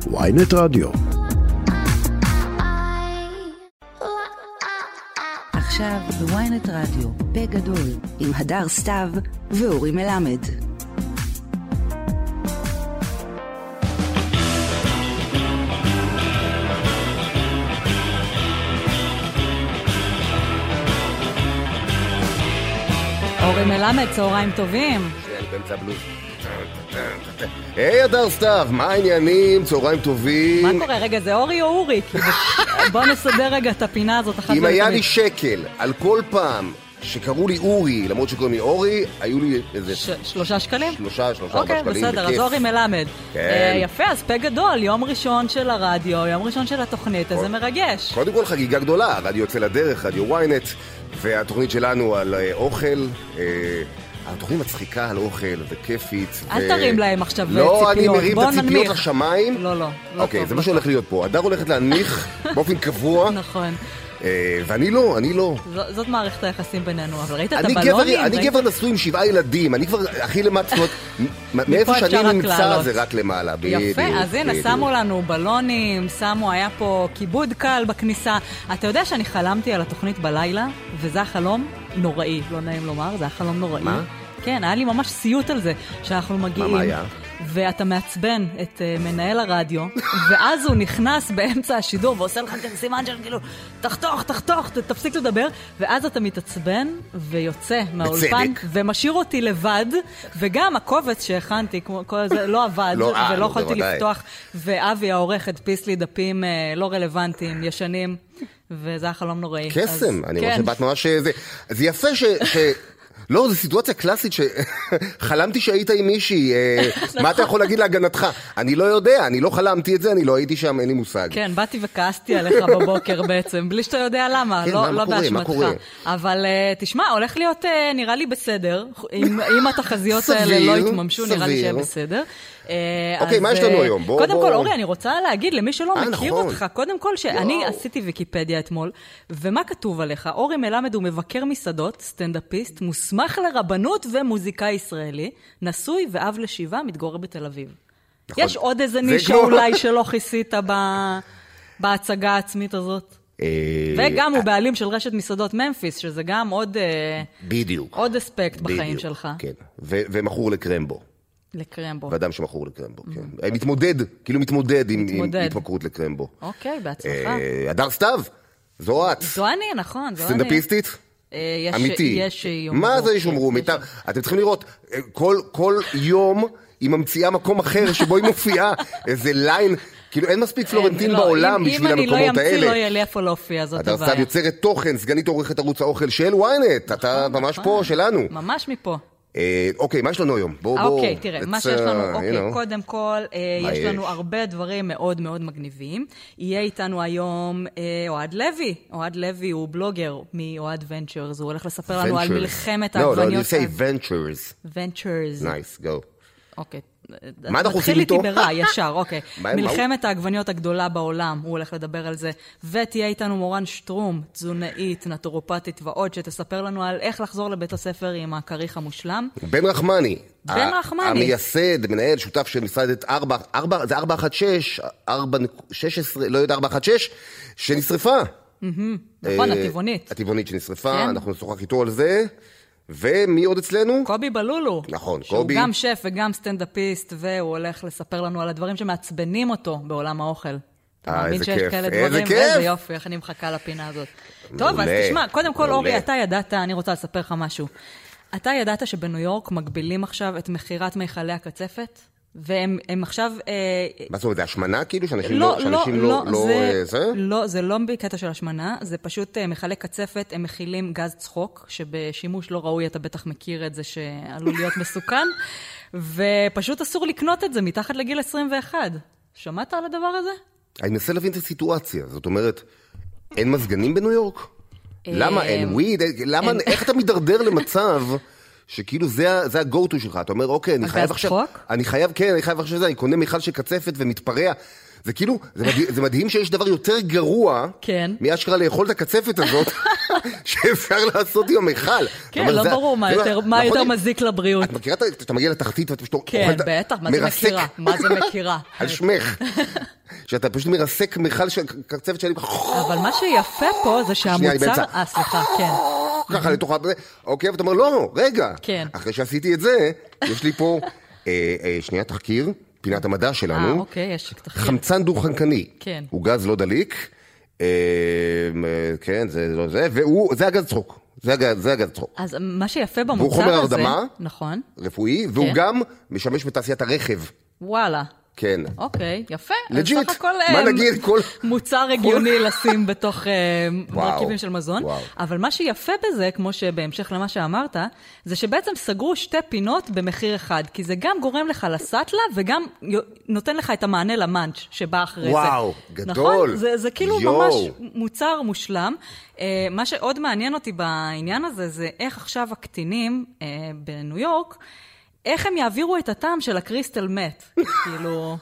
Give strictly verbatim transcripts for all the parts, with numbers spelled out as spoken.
וויינט רדיו. עכשיו בוויינט רדיו, פה גדול, עם הדר סתיו ואורי מלמד. אורי מלמד, צהריים טובים. אני באמצע בלוז. היי, הדר סתיו, מה העניינים? צהריים טובים. מה קורה? רגע, זה אורי או אורי? בוא נסדר רגע את הפינה הזאת. אם היה לי שקל על כל פעם שקראו לי אורי, למרות שקוראים לי אורי, היו לי איזה... שלושה שקלים? שלושה, שלושה, ארבע שקלים. אוקיי, בסדר, אז אורי מלמד. כן. יפה, אז פה גדול, יום ראשון של הרדיו, יום ראשון של התוכנית, אז זה מרגש. קודם כל חגיגה גדולה, הרדיו יוצא לדרך, רדיו וויינט, והתוכנית שלנו על אוכל, התוכנית מצחיקה על אוכל וכיפית. אל תרים להם עכשיו ציפיות. לא, אני מרים את הציפיות לשמיים. לא, לא. אוקיי, זה מה שהולך להיות פה. הדר הולכת להניח באופן קבוע. נכון. ואני לא, אני לא. זאת מערכת היחסים בינינו, אבל ראית את הבלונים? אני גבר נשוי עם שבעה ילדים, אני כבר הכי למטה, מאיפה שאני נמצא זה רק למעלה. יפה, אז הנה, שמו לנו בלונים, שמו, היה פה כיבוד קל בכניסה. אתה יודע שאני חלמתי על התוכנית בלילה, וזה החלום נוראי, לא נעים לומר, זה החלום נוראי. מה? כן, היה לי ממש סיוט על זה, שאנחנו מגיעים. מה היה? ואתה מעצבן את uh, מנהל הרדיו, ואז הוא נכנס באמצע השידור ועושה לך כזה סימן של כאילו, תחתוך, תחתוך, תפסיק לדבר, ואז אתה מתעצבן ויוצא מהאולפן, ומשאיר אותי לבד, וגם הקובץ שהכנתי, כמו כל זה, לא עבד, לא, ולא לא, יכולתי לפתוח, ואבי העורך הדפיס לי דפים uh, לא רלוונטיים, ישנים, וזה החלום נוראי. קסם, אז, אני כן. רואה שבת ממש זה, זה יפה ש... ש... לא, זו סיטואציה קלאסית שחלמתי שהיית עם מישהי, מה אתה יכול להגיד להגנתך? אני לא יודע, אני לא חלמתי את זה, אני לא הייתי שם, אין לי מושג. כן, באתי וכעסתי עליך בבוקר בעצם, בלי שאתה יודע למה, לא באשמתך. אבל תשמע, הולך להיות נראה לי בסדר, אם התחזיות האלה לא יתממשו, נראה לי שיהיה בסדר. אוקיי, מה יש לנו היום? קודם כל, אורי, אני רוצה להגיד למי שלא מכיר אותך, קודם כל שאני עשיתי ויקיפדיה אתמול, ומה כתוב עליך? אורי מלמד הוא מבקר מסעדות, סטנדאפיסט, מוסמך לרבנות ומוזיקה ישראלי, נשוי ואב לשבעה, מתגורר בתל אביב. יש עוד איזה נישה אולי שלא כיסית בהצגה העצמית הזאת? וגם הוא בעלים של רשת מסעדות ממפיס, שזה גם עוד עוד אספקט בחיים שלך. כן, ומכור לקרמבו. לקרמבו. ואדם שמכור לקרמבו, כן. מתמודד, כאילו מתמודד עם התמכרות לקרמבו. אוקיי, בהצלחה. הדר סתיו, זו את. זו אני, נכון, זו אני. סטנדאפיסט? אמיתי. יש שיאמרו. מה זה ישומרו? אתם צריכים לראות, כל יום היא ממציאה מקום אחר שבו היא מופיעה, איזה ליין, כאילו אין מספיק פלורנטין בעולם בשביל המקומות האלה. אם אני לא ימציא, לא יהיה לי איפה להופיע, זאת הבעיה. הדר סתיו יוצרת תוכן, סגנית עורכת ערוץ האוכל של וויינט, אתה ממש פה, שלנו. ממש מפה. אוקיי, מה יש לנו היום? אוקיי, תראה, מה שיש לנו, אוקיי, קודם כל, יש לנו הרבה דברים מאוד מאוד מגניבים. יהיה איתנו היום אוהד לוי. אוהד לוי הוא בלוגר מאוהד ונצ'רס, הוא הולך לספר לנו על מלחמת העגבניות. לא, לא, you say ventures. Ventures. Nice, go. אוקיי. מה אנחנו עושים איתו? מתחיל איתי ברע, ישר, אוקיי. מלחמת העגבניות הגדולה בעולם, הוא הולך לדבר על זה. ותהיה איתנו מורן שטרום, תזונאית, נטורופטית ועוד, שתספר לנו על איך לחזור לבית הספר עם הכריך המושלם. בן רחמני. בן רחמני. המייסד, מנהל, שותף של מסעדת ארבע, ארבע, זה ארבע אחת שש, ארבע שש עשרה, לא יודע, ארבע אחת שש, שנשרפה. נכון, הטבעונית. הטבעונית שנשרפה, אנחנו נשוחח איתו על זה. ומי עוד אצלנו? קובי בלולו. נכון, שהוא קובי. שהוא גם שף וגם סטנדאפיסט, והוא הולך לספר לנו על הדברים שמעצבנים אותו בעולם האוכל. אה, איזה כיף. כאלה דברים, איזה כיף. איזה יופי, איך אני מחכה לפינה הזאת. טוב, אז תשמע, קודם כל, אורי, אתה ידעת, אני רוצה לספר לך משהו. אתה ידעת שבניו יורק מגבילים עכשיו את מחירת מיכלי הקצפת? והם עכשיו... מה זאת אומרת, זה השמנה כאילו? שאנשים לא, לא... לא, לא, לא, זה, זה? לא, זה לא בקטע של השמנה, זה פשוט מחלי קצפת, הם מכילים גז צחוק, שבשימוש לא ראוי, אתה בטח מכיר את זה שעלול להיות מסוכן, ופשוט אסור לקנות את זה מתחת לגיל עשרים ואחת. שמעת על הדבר הזה? אני מנסה להבין את הסיטואציה, זאת אומרת, אין מזגנים בניו יורק? למה אין וויד? למה, איך אתה מדרדר למצב... שכאילו זה, זה ה-go-to שלך, אתה אומר, אוקיי, אני חייב עכשיו, אני חייב, כן, אני חייב עכשיו זה, אני קונה מיכל של קצפת ומתפרע, זה כאילו, זה מדהים, זה מדהים שיש דבר יותר גרוע, כן. מאשכרה לאכול את הקצפת הזאת, שאפשר לעשות עם המכל. כן, לא ברור מה יותר, מה יותר מזיק לבריאות. את מכירה, אתה מגיע לתחתית ואתה פשוט כן, בטח, מה זה מכירה? מה זה מכירה? על שמך. שאתה פשוט מרסק מכל של קצפת שלי. אבל מה שיפה פה זה שהמוצר... אה, סליחה, כן. ככה לתוך... אוקיי, ואתה אומר, לא, רגע. כן. אחרי שעשיתי את זה, יש לי פה, שנייה, תחקיר, פינת המדע שלנו. אה, אוקיי, יש תחקיר. חמצן דו-חנקני. כן. הוא גז לא דליק. כן, זה לא זה, וזה הגז צחוק. זה הגז צחוק. אז מה שיפה במוצר הזה... והוא חומר הרדמה. נכון. רפואי, והוא גם משמש בתעשיית הרכב. וואלה. כן. אוקיי, יפה. לג'יט. מה נגיד? כל... מוצר הגיוני לשים בתוך מרכיבים של מזון. אבל מה שיפה בזה, כמו שבהמשך למה שאמרת, זה שבעצם סגרו שתי פינות במחיר אחד, כי זה גם גורם לך לסטלה, וגם נותן לך את המענה למאנץ' שבא אחרי זה. וואו, גדול. נכון? זה, זה כאילו ממש מוצר מושלם. מה שעוד מעניין אותי בעניין הזה, זה איך עכשיו הקטינים בניו יורק, איך הם יעבירו את הטעם של הקריסטל מת? כאילו,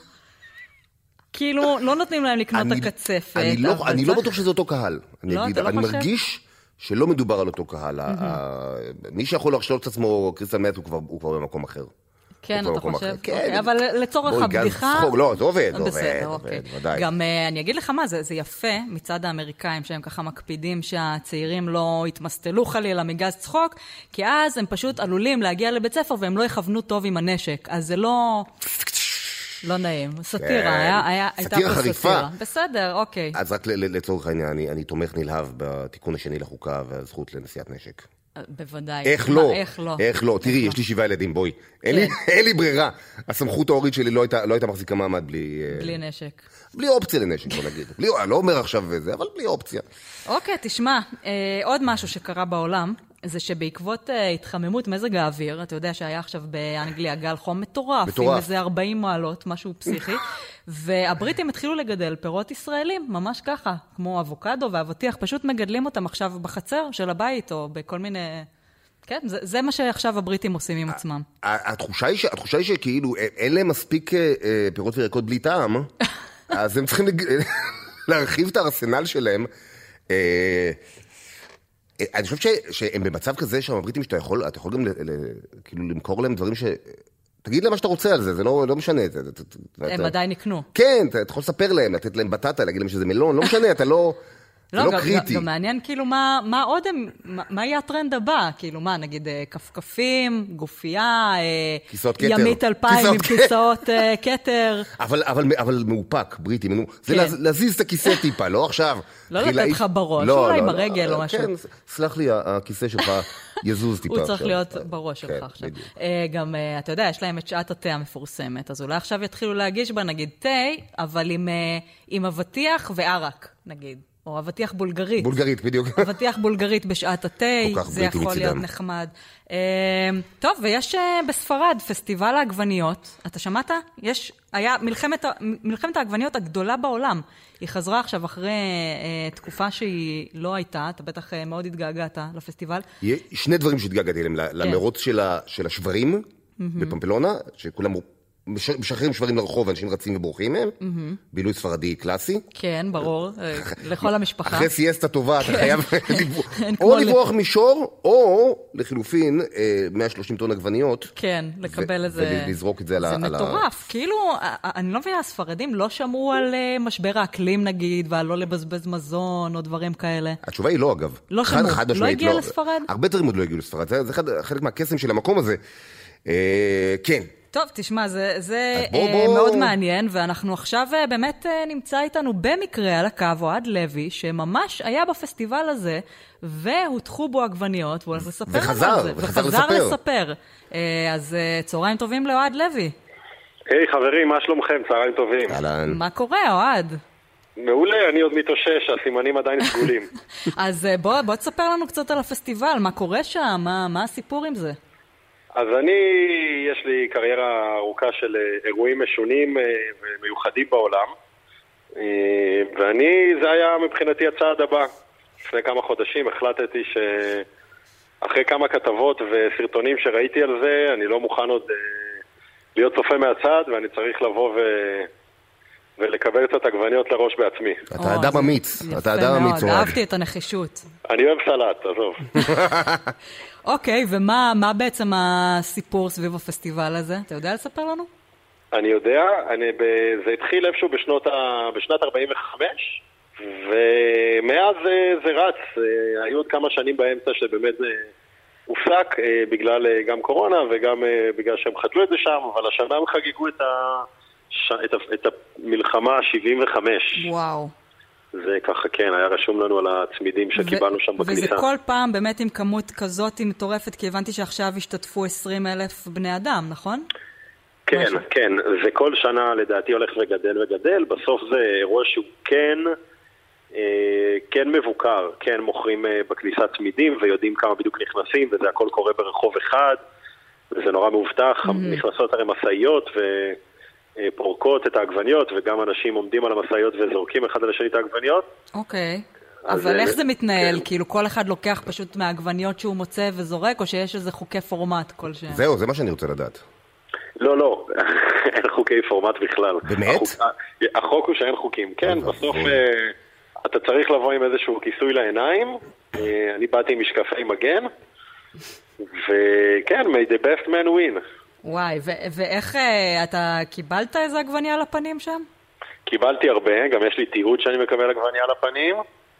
כאילו, לא נותנים להם לקנות את הקצפת. אני לא בטוח שזה אותו קהל. אני מרגיש שלא מדובר על אותו קהל. מי שיכול להרשות את עצמו קריסטל מת הוא כבר במקום אחר. כן, אתה חושב? אבל לצורך הבדיחה... לא, זה עובד, זה בסדר, עובד, אוקיי. ודאי. גם אני אגיד לך מה, זה יפה מצד האמריקאים, שהם ככה מקפידים שהצעירים לא יתמסטלו חלילה מגז צחוק, כי אז הם פשוט עלולים להגיע לבית ספר, והם לא יכוונו טוב עם הנשק. אז זה לא... לא נעים. סטירה, הייתה פה סטירה. בסדר, אוקיי. אז רק לצורך העניין, אני תומך נלהב בתיקון השני לחוקה, והזכות לנשיאת נשק. בוודאי. איך לא? איך לא? איך לא? תראי, יש לי שבעה ילדים, בואי. אין לי ברירה. הסמכות ההורית שלי לא הייתה מחזיקה מעמד בלי... בלי נשק. בלי אופציה לנשק, בוא נגיד. אני לא אומר עכשיו זה, אבל בלי אופציה. אוקיי, תשמע, עוד משהו שקרה בעולם, זה שבעקבות התחממות מזג האוויר, אתה יודע שהיה עכשיו באנגליה גל חום מטורף, עם איזה ארבעים מעלות, משהו פסיכי, והבריטים התחילו לגדל פירות ישראלים, ממש ככה, כמו אבוקדו ואבטיח, פשוט מגדלים אותם עכשיו בחצר של הבית, או בכל מיני... כן, זה, זה מה שעכשיו הבריטים עושים עם עצמם. התחושה היא, התחושה היא שכאילו, אין להם מספיק פירות וירקות בלי טעם, אז הם צריכים להרחיב את הארסנל שלהם. אני חושב שהם במצב כזה שהבריטים שאתה יכול, אתה יכול גם כאילו למכור להם דברים ש... תגיד להם מה שאתה רוצה על זה, זה לא משנה את זה. הם עדיין נקנו. כן, אתה יכול לספר להם, לתת להם בטטה, להגיד להם שזה מלון, לא משנה, אתה לא... זה לא קריטי. גם מעניין כאילו מה עוד הם, מה יהיה הטרנד הבא? כאילו מה, נגיד כפכפים, גופייה, ימית אלפיים עם כיסאות כתר. אבל מאופק, בריטי, זה להזיז את הכיסא טיפה, לא עכשיו. לא לתת לך בראש, אולי עם הרגל או משהו. כן, סלח לי, הכיסא שלך יזוז טיפה. הוא צריך להיות בראש שלך עכשיו. גם, אתה יודע, יש להם את שעת התה המפורסמת, אז אולי עכשיו יתחילו להגיש בה, נגיד, תה, אבל עם אבטיח וערק, נגיד. או אבטיח בולגרית. בולגרית, בדיוק. אבטיח בולגרית בשעת התה, זה יכול להיות נחמד. טוב, ויש בספרד פסטיבל העגבניות. אתה שמעת? יש, היה מלחמת, מלחמת העגבניות הגדולה בעולם. היא חזרה עכשיו אחרי תקופה שהיא לא הייתה, אתה בטח מאוד התגעגעת לפסטיבל. שני דברים שהתגעגעתי אליהם, למרוץ של השברים בפמפלונה, שכולם... משחררים שברים לרחוב, אנשים רצים ובורחים מהם, בילוי ספרדי קלאסי. כן, ברור, לכל המשפחה. אחרי סיאסטה טובה, אתה חייב או לברוח מישור, או לחילופין, מאה ושלושים טון עגבניות. כן, לקבל איזה... ולזרוק את זה על ה... זה מטורף, כאילו, אני לא מבינה, הספרדים לא שמעו על משבר האקלים נגיד, ועל לא לבזבז מזון, או דברים כאלה. התשובה היא לא, אגב. לא שמעו, לא הגיע לספרד? הרבה דברים עוד לא הגיעו לספרד, זה חלק מהקסם של המקום הזה. כן. טוב, תשמע, זה, זה בוא, אה, בוא. מאוד מעניין, ואנחנו עכשיו אה, באמת אה, נמצא איתנו במקרה על הקו, אוהד לוי, שממש היה בפסטיבל הזה, והותחו בו עגבניות, והוא הולך לספר וחזר, על זה. וחזר, וחזר לספר. לספר. אה, אז אה, צהריים טובים לאוהד לוי. היי hey, חברים, מה שלומכם? צהריים טובים. אהלן. מה קורה, אוהד? מעולה, אני עוד מתאושש, הסימנים עדיין סגולים. אז אה, בוא, בוא תספר לנו קצת על הפסטיבל, מה קורה שם, מה, מה הסיפור עם זה? אז אני, יש לי קריירה ארוכה של אירועים משונים ומיוחדים בעולם, ואני, זה היה מבחינתי הצעד הבא. לפני כמה חודשים החלטתי שאחרי כמה כתבות וסרטונים שראיתי על זה, אני לא מוכן עוד להיות צופה מהצד, ואני צריך לבוא ו... ולקבל מחבר קצת עגבניות לראש בעצמי. אתה אדם אמיץ, אתה אדם אמיץ. אהבתי את הנחישות. אני אוהב סלט, עזוב. אוקיי, ומה בעצם הסיפור סביב הפסטיבל הזה? אתה יודע לספר לנו? אני יודע, זה התחיל איפשהו בשנת ארבעים וחמש, ומאז זה רץ. היו עוד כמה שנים באמצע שבאמת זה הופסק בגלל גם קורונה וגם בגלל שהם חתלו את זה שם, אבל השנה הם חגיגו את ה... את, את המלחמה ה-שבעים וחמש. וואו. זה ככה, כן, היה רשום לנו על הצמידים שקיבלנו שם בכניסה. וזה כל פעם באמת עם כמות כזאת מטורפת, כי הבנתי שעכשיו השתתפו עשרים אלף בני אדם, נכון? כן, משהו. כן. זה כל שנה לדעתי הולך וגדל וגדל. בסוף זה אירוע שהוא כן, אה, כן מבוקר. כן מוכרים אה, בכניסה צמידים ויודעים כמה בדיוק נכנסים, וזה הכל קורה ברחוב אחד. וזה נורא מאובטח. Mm-hmm. נכנסות הרי מסעיות ו... פורקות את העגבניות, וגם אנשים עומדים על המסעיות וזורקים אחד על השני את העגבניות. אוקיי. אבל איך זה מתנהל? כאילו כל אחד לוקח פשוט מהעגבניות שהוא מוצא וזורק, או שיש איזה חוקי פורמט כלשהם? זהו, זה מה שאני רוצה לדעת. לא, לא, אין חוקי פורמט בכלל. באמת? החוק הוא שאין חוקים. כן, בסוף אתה צריך לבוא עם איזשהו כיסוי לעיניים. אני באתי עם משקפי מגן, וכן, may the best man win. וואי, ואיך אתה קיבלת איזה עגבניה על הפנים שם? קיבלתי הרבה, גם יש לי תיעוד שאני מקבל עגבניה על הפנים,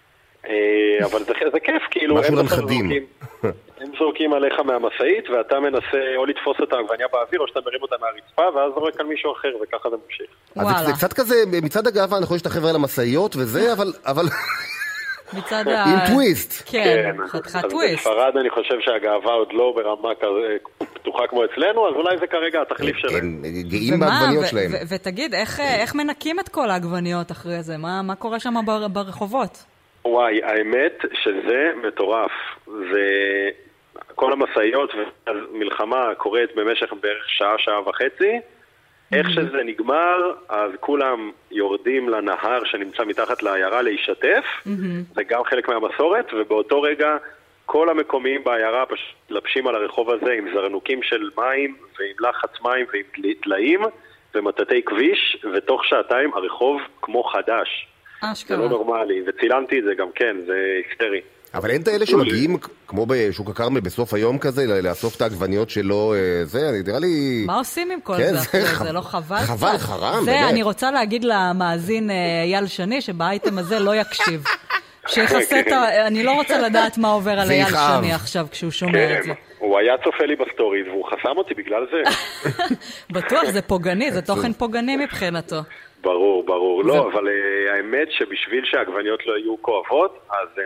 אבל זה כיף, כאילו, משהו לנכדים. הם זורקים עליך מהמסעית, ואתה מנסה או לתפוס את העגבניה באוויר, או שאתה מרים אותה מהרצפה, ואז זורק על מישהו אחר, וככה זה ממשיך. אז זה קצת כזה, מצד הגאווה, אנחנו יש את החבר'ה על המסעיות וזה, אבל... מצד ה... עם טוויסט. כן, חתיכת טוויסט. בספרד אני חושב שהגאווה עוד לא ברמה כזה פתוחה כמו אצלנו, אז אולי זה כרגע התחליף שלהם. הם גאים בעגבניות שלהם. ותגיד, איך מנקים את כל העגבניות אחרי זה? מה קורה שם ברחובות? וואי, האמת שזה מטורף. זה... כל המסעיות והמלחמה קורית במשך בערך שעה, שעה וחצי. איך שזה נגמר, אז כולם יורדים לנהר שנמצא מתחת לעיירה להישתף, זה גם חלק מהמסורת, ובאותו רגע כל המקומיים בעיירה פשוט לפשים על הרחוב הזה עם זרנוקים של מים, ועם לחץ מים ועם דליים, ומטטי כביש, ותוך שעתיים הרחוב כמו חדש. אשכרה. זה לא נורמלי, וצילמתי את זה גם כן, זה היסטרי. אבל אין את האלה שמגיעים, כמו בשוק הכרמל, בסוף היום כזה, לאסוף את העגבניות שלו, זה, נראה לי... מה עושים עם כל זה? זה לא חבל? חבל, חרם, זה, אני רוצה להגיד למאזין אייל שני, שבאייטם הזה לא יקשיב. שיחסה את ה... אני לא רוצה לדעת מה עובר על אייל שני עכשיו, כשהוא שומע את זה. הוא היה צופה לי בסטוריז, והוא חסם אותי בגלל זה. בטוח, זה פוגעני, זה תוכן פוגעני מבחינתו. ברור, ברור. לא, אבל האמת שבשביל שהעגבניות לא יהיו כואבות, אז הם...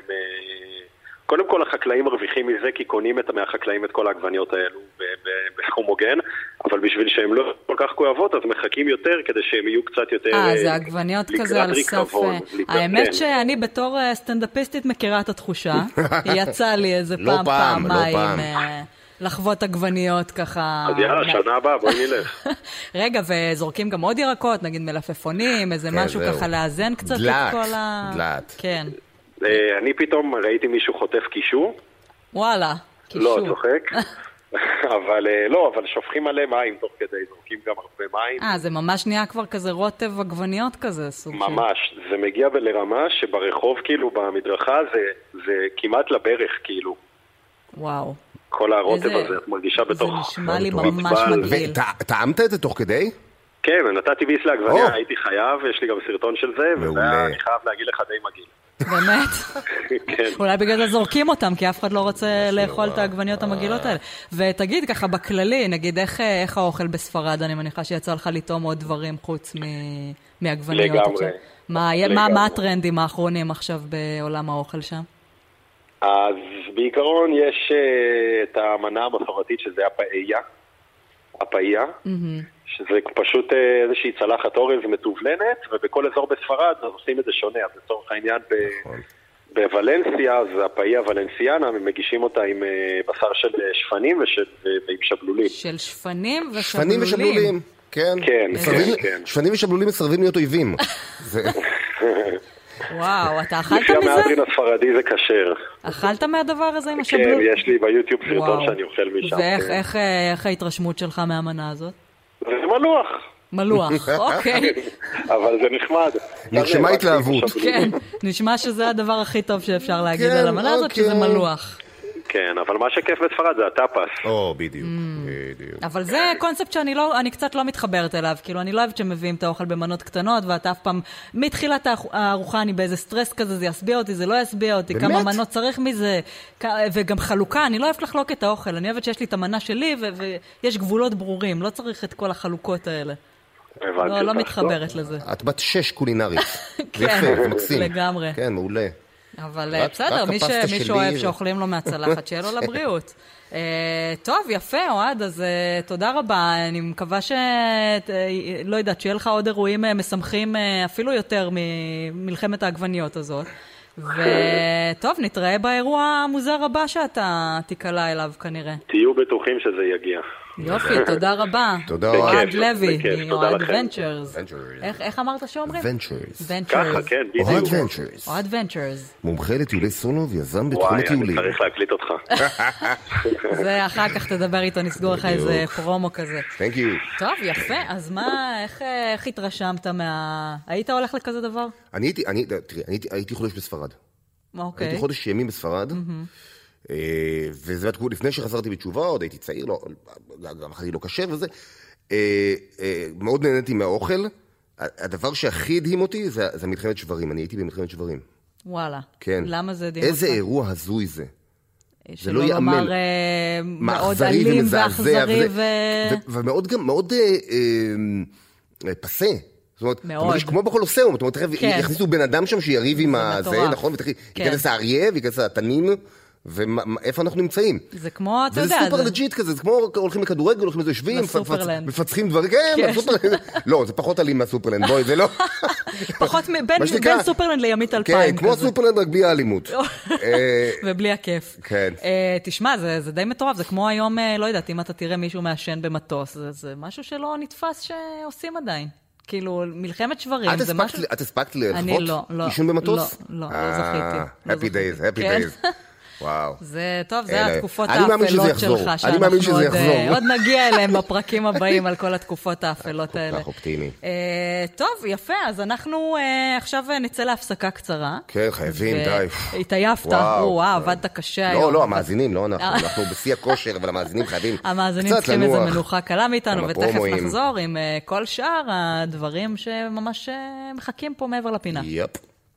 קודם כל החקלאים מרוויחים מזה, כי קונים את מהחקלאים את כל העגבניות האלו בסכום הוגן, אבל בשביל שהן לא כל כך כואבות, אז מחכים יותר כדי שהן יהיו קצת יותר... אה, זה עגבניות כזה על סף... האמת שאני בתור סטנדאפיסטית מכירה את התחושה. יצא לי איזה פעם, פעמיים לחוות עגבניות ככה... אז יאללה, שנה הבאה, בואי נלך. רגע, וזורקים גם עוד ירקות, נגיד מלפפונים, איזה משהו ככה לאזן קצת את כל ה... דלעת. כן. אני פתאום ראיתי מישהו חוטף קישור. וואלה, קישור. לא, צוחק. אבל לא, אבל שופכים עליהם מים תוך כדי, זורקים גם הרבה מים. אה, זה ממש נהיה כבר כזה רוטב עגבניות כזה, סוג של... ממש, זה מגיע לרמה שברחוב, כאילו, במדרכה, זה כמעט לברך, כאילו. וואו. כל הרוטב הזה, את מרגישה בתוך... זה נשמע לי ממש מגעיל. וטעמת את זה תוך כדי? כן, נתתי ביס לעגבניה, הייתי חייב, יש לי גם סרטון של זה, ואני חייב להגיד לך די מגעיל. באמת? כן. אולי בגלל זה זורקים אותם, כי אף אחד לא רוצה לאכול את העגבניות המגעילות האלה. ותגיד ככה בכללי, נגיד איך האוכל בספרד, אני מניחה שיצא לך לטעום עוד דברים חוץ מעגבניות. לגמרי. מה הטרנדים האחרונים עכשיו בעולם האוכל שם? אז בעיקרון יש את המנה המסורתית שזה הפאיה. הפאיה. שזה פשוט איזושהי צלחת אורז מתובלנת, ובכל אזור בספרד עושים את זה שונה. אז לצורך העניין בוולנסיה, אז הפאיה ולנסיאנה, הם מגישים אותה עם בשר של שפנים ועם שבלולים. של שפנים ושבלולים. שפנים ושבלולים, כן. כן, כן. שפנים ושבלולים מסרבים להיות אויבים. וואו, אתה אכלת מזה? לפי המהדרין הספרדי זה כשר. אכלת מהדבר הזה עם השבלול? כן, יש לי ביוטיוב סרטון שאני אוכל משם. ואיך ההתרשמות שלך מהמנה הזאת? זה מלוח. מלוח, אוקיי. אבל זה נחמד. נרשמה התלהבות. כן, נשמע שזה הדבר הכי טוב שאפשר להגיד על המנה הזאת, שזה מלוח. כן, אבל מה שכיף בספרד זה הטאפס. או, בדיוק. בדיוק. אבל זה קונספט שאני לא, אני קצת לא מתחברת אליו, כאילו אני לא אוהבת שמביאים את האוכל במנות קטנות, ואתה אף פעם, מתחילת הארוחה אני באיזה סטרס כזה, זה יסביע אותי, זה לא יסביע אותי, כמה מנות צריך מזה, וגם חלוקה, אני לא אוהבת לחלוק את האוכל, אני אוהבת שיש לי את המנה שלי, ויש גבולות ברורים, לא צריך את כל החלוקות האלה. לא, לא מתחברת לזה. את בת שש קולינרית. כן, יפה, מקסים. לגמרי. כן, מעולה. אבל בסדר, מי שאוהב שאוכלים לו מהצלחת, שיהיה לו לבריאות. טוב, יפה, אוהד, אז תודה רבה. אני מקווה ש... לא יודעת, שיהיה לך עוד אירועים משמחים אפילו יותר ממלחמת העגבניות הזאת. וטוב, נתראה באירוע המוזר הבא שאתה תיקלה אליו כנראה. תהיו בטוחים שזה יגיע. יופי, תודה רבה. תודה. אוהד לוי, מאוהד ונצ'רס. איך אמרת שאומרים? ונצ'רס. ככה, כן, בדיוק. אוהד ונצ'רס. אוהד ונצ'רס. מומחה לטיולי סולו ויזם בתחום הטיולים. וואי, אני צריך להקליט אותך. זה אחר כך תדבר איתו, נסגור לך איזה פרומו כזה. Thank you. טוב, יפה. אז מה, איך התרשמת מה... היית הולך לכזה דבר? אני הייתי, אני, תראי, אני הייתי חודש בספרד. אוקיי. הייתי חודש ימים בספרד. וזה לפני שחזרתי בתשובה, עוד הייתי צעיר, גם אחרי לא קשה וזה, מאוד נהניתי מהאוכל. הדבר שהכי הדהים אותי זה מלחמת שברים, אני הייתי במלחמת שברים. וואלה. כן. למה זה הדהים אותך? איזה אירוע הזוי זה. זה לא יאמן. שלא לומר מאוד אלים ואכזרי ו... ומאוד גם, מאוד פסה. זאת אומרת, אתה מרגיש כמו בקולוסיאום, זאת אומרת, תכף יכניסו בן אדם שם שיריב עם הזה, נכון? ותכף האריה וייכנס התנין. ואיפה אנחנו נמצאים? זה כמו, אתה יודע... וזה סופר לג'יט כזה, זה כמו הולכים לכדורגל, הולכים לזה יושבים, מפצחים דברים, כן, סופרלנד. לא, זה פחות אלים מהסופרלנד, בואי, זה לא... פחות בין סופרלנד לימית אלפיים. כן, כמו סופרלנד, רק בלי האלימות. ובלי הכיף. כן. תשמע, זה די מטורף, זה כמו היום, לא יודעת, אם אתה תראה מישהו מעשן במטוס, זה משהו שלא נתפס שעושים עדיין. כאילו, מלחמת שברים, זה משהו... את הספקת לחוות עישון במטוס? לא, לא, לא זכיתי. Happy days, happy days. וואו. זה טוב, זה התקופות האפלות שלך. אני מאמין שזה יחזור. עוד נגיע אליהם בפרקים הבאים על כל התקופות האפלות האלה. כל כך אופטימי. טוב, יפה, אז אנחנו עכשיו נצא להפסקה קצרה. כן, חייבים, די. התעייפת, וואו, עבדת קשה היום. לא, לא, המאזינים, לא אנחנו. אנחנו בשיא הכושר, אבל המאזינים חייבים המאזינים צריכים איזה מנוחה קלה מאיתנו, ותכף נחזור עם כל שאר הדברים שממש מחכים פה מעבר לפינה. יפ.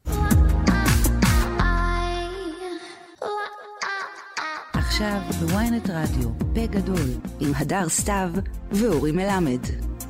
עכשיו בוויינט רדיו, פה גדול, עם הדר סתיו ואורי מלמד.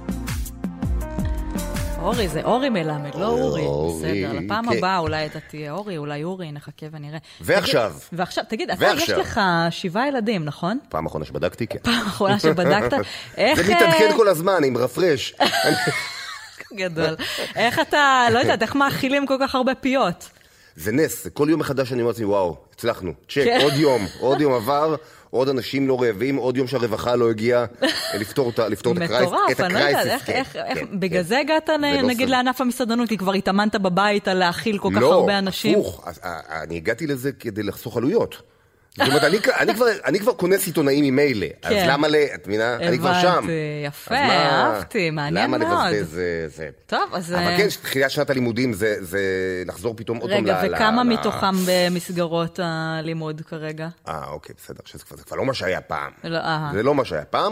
אורי, זה אורי מלמד, לא אורי. בסדר, לפעם הבאה אולי אתה תהיה אורי, אולי אורי, נחכה ונראה. ועכשיו. ועכשיו, תגיד, אתה יש לך שבעה ילדים, נכון? פעם אחרונה שבדקתי, כן. פעם אחרונה שבדקת. זה מתעדכן כל הזמן, עם רפרש. גדול. איך אתה, לא יודעת, איך מאכילים כל כך הרבה פיות? זה נס, כל יום מחדש אני אומר לעצמי, וואו, הצלחנו, צ'ק, עוד יום, עוד יום עבר, עוד אנשים לא רעבים, עוד יום שהרווחה לא הגיעה לפתור את הקרייסיס. מטורף, אני לא יודעת, איך, בגלל זה הגעת נגיד לענף המסעדנות, כי כבר התאמנת בבית על להאכיל כל כך הרבה אנשים? לא, הפוך, אני הגעתי לזה כדי לחסוך עלויות. זאת אומרת, אני כבר כונס עיתונאים ממילא, אז למה ל... את מבינה? אני כבר שם. הבנתי, יפה, אהבתי, מעניין מאוד. למה לבזבז זה... טוב, אז... אבל כן, תחילת שנת הלימודים זה לחזור פתאום עוד פעם ל... רגע, וכמה מתוכם במסגרות הלימוד כרגע? אה, אוקיי, בסדר, זה כבר לא מה שהיה פעם. זה לא מה שהיה פעם.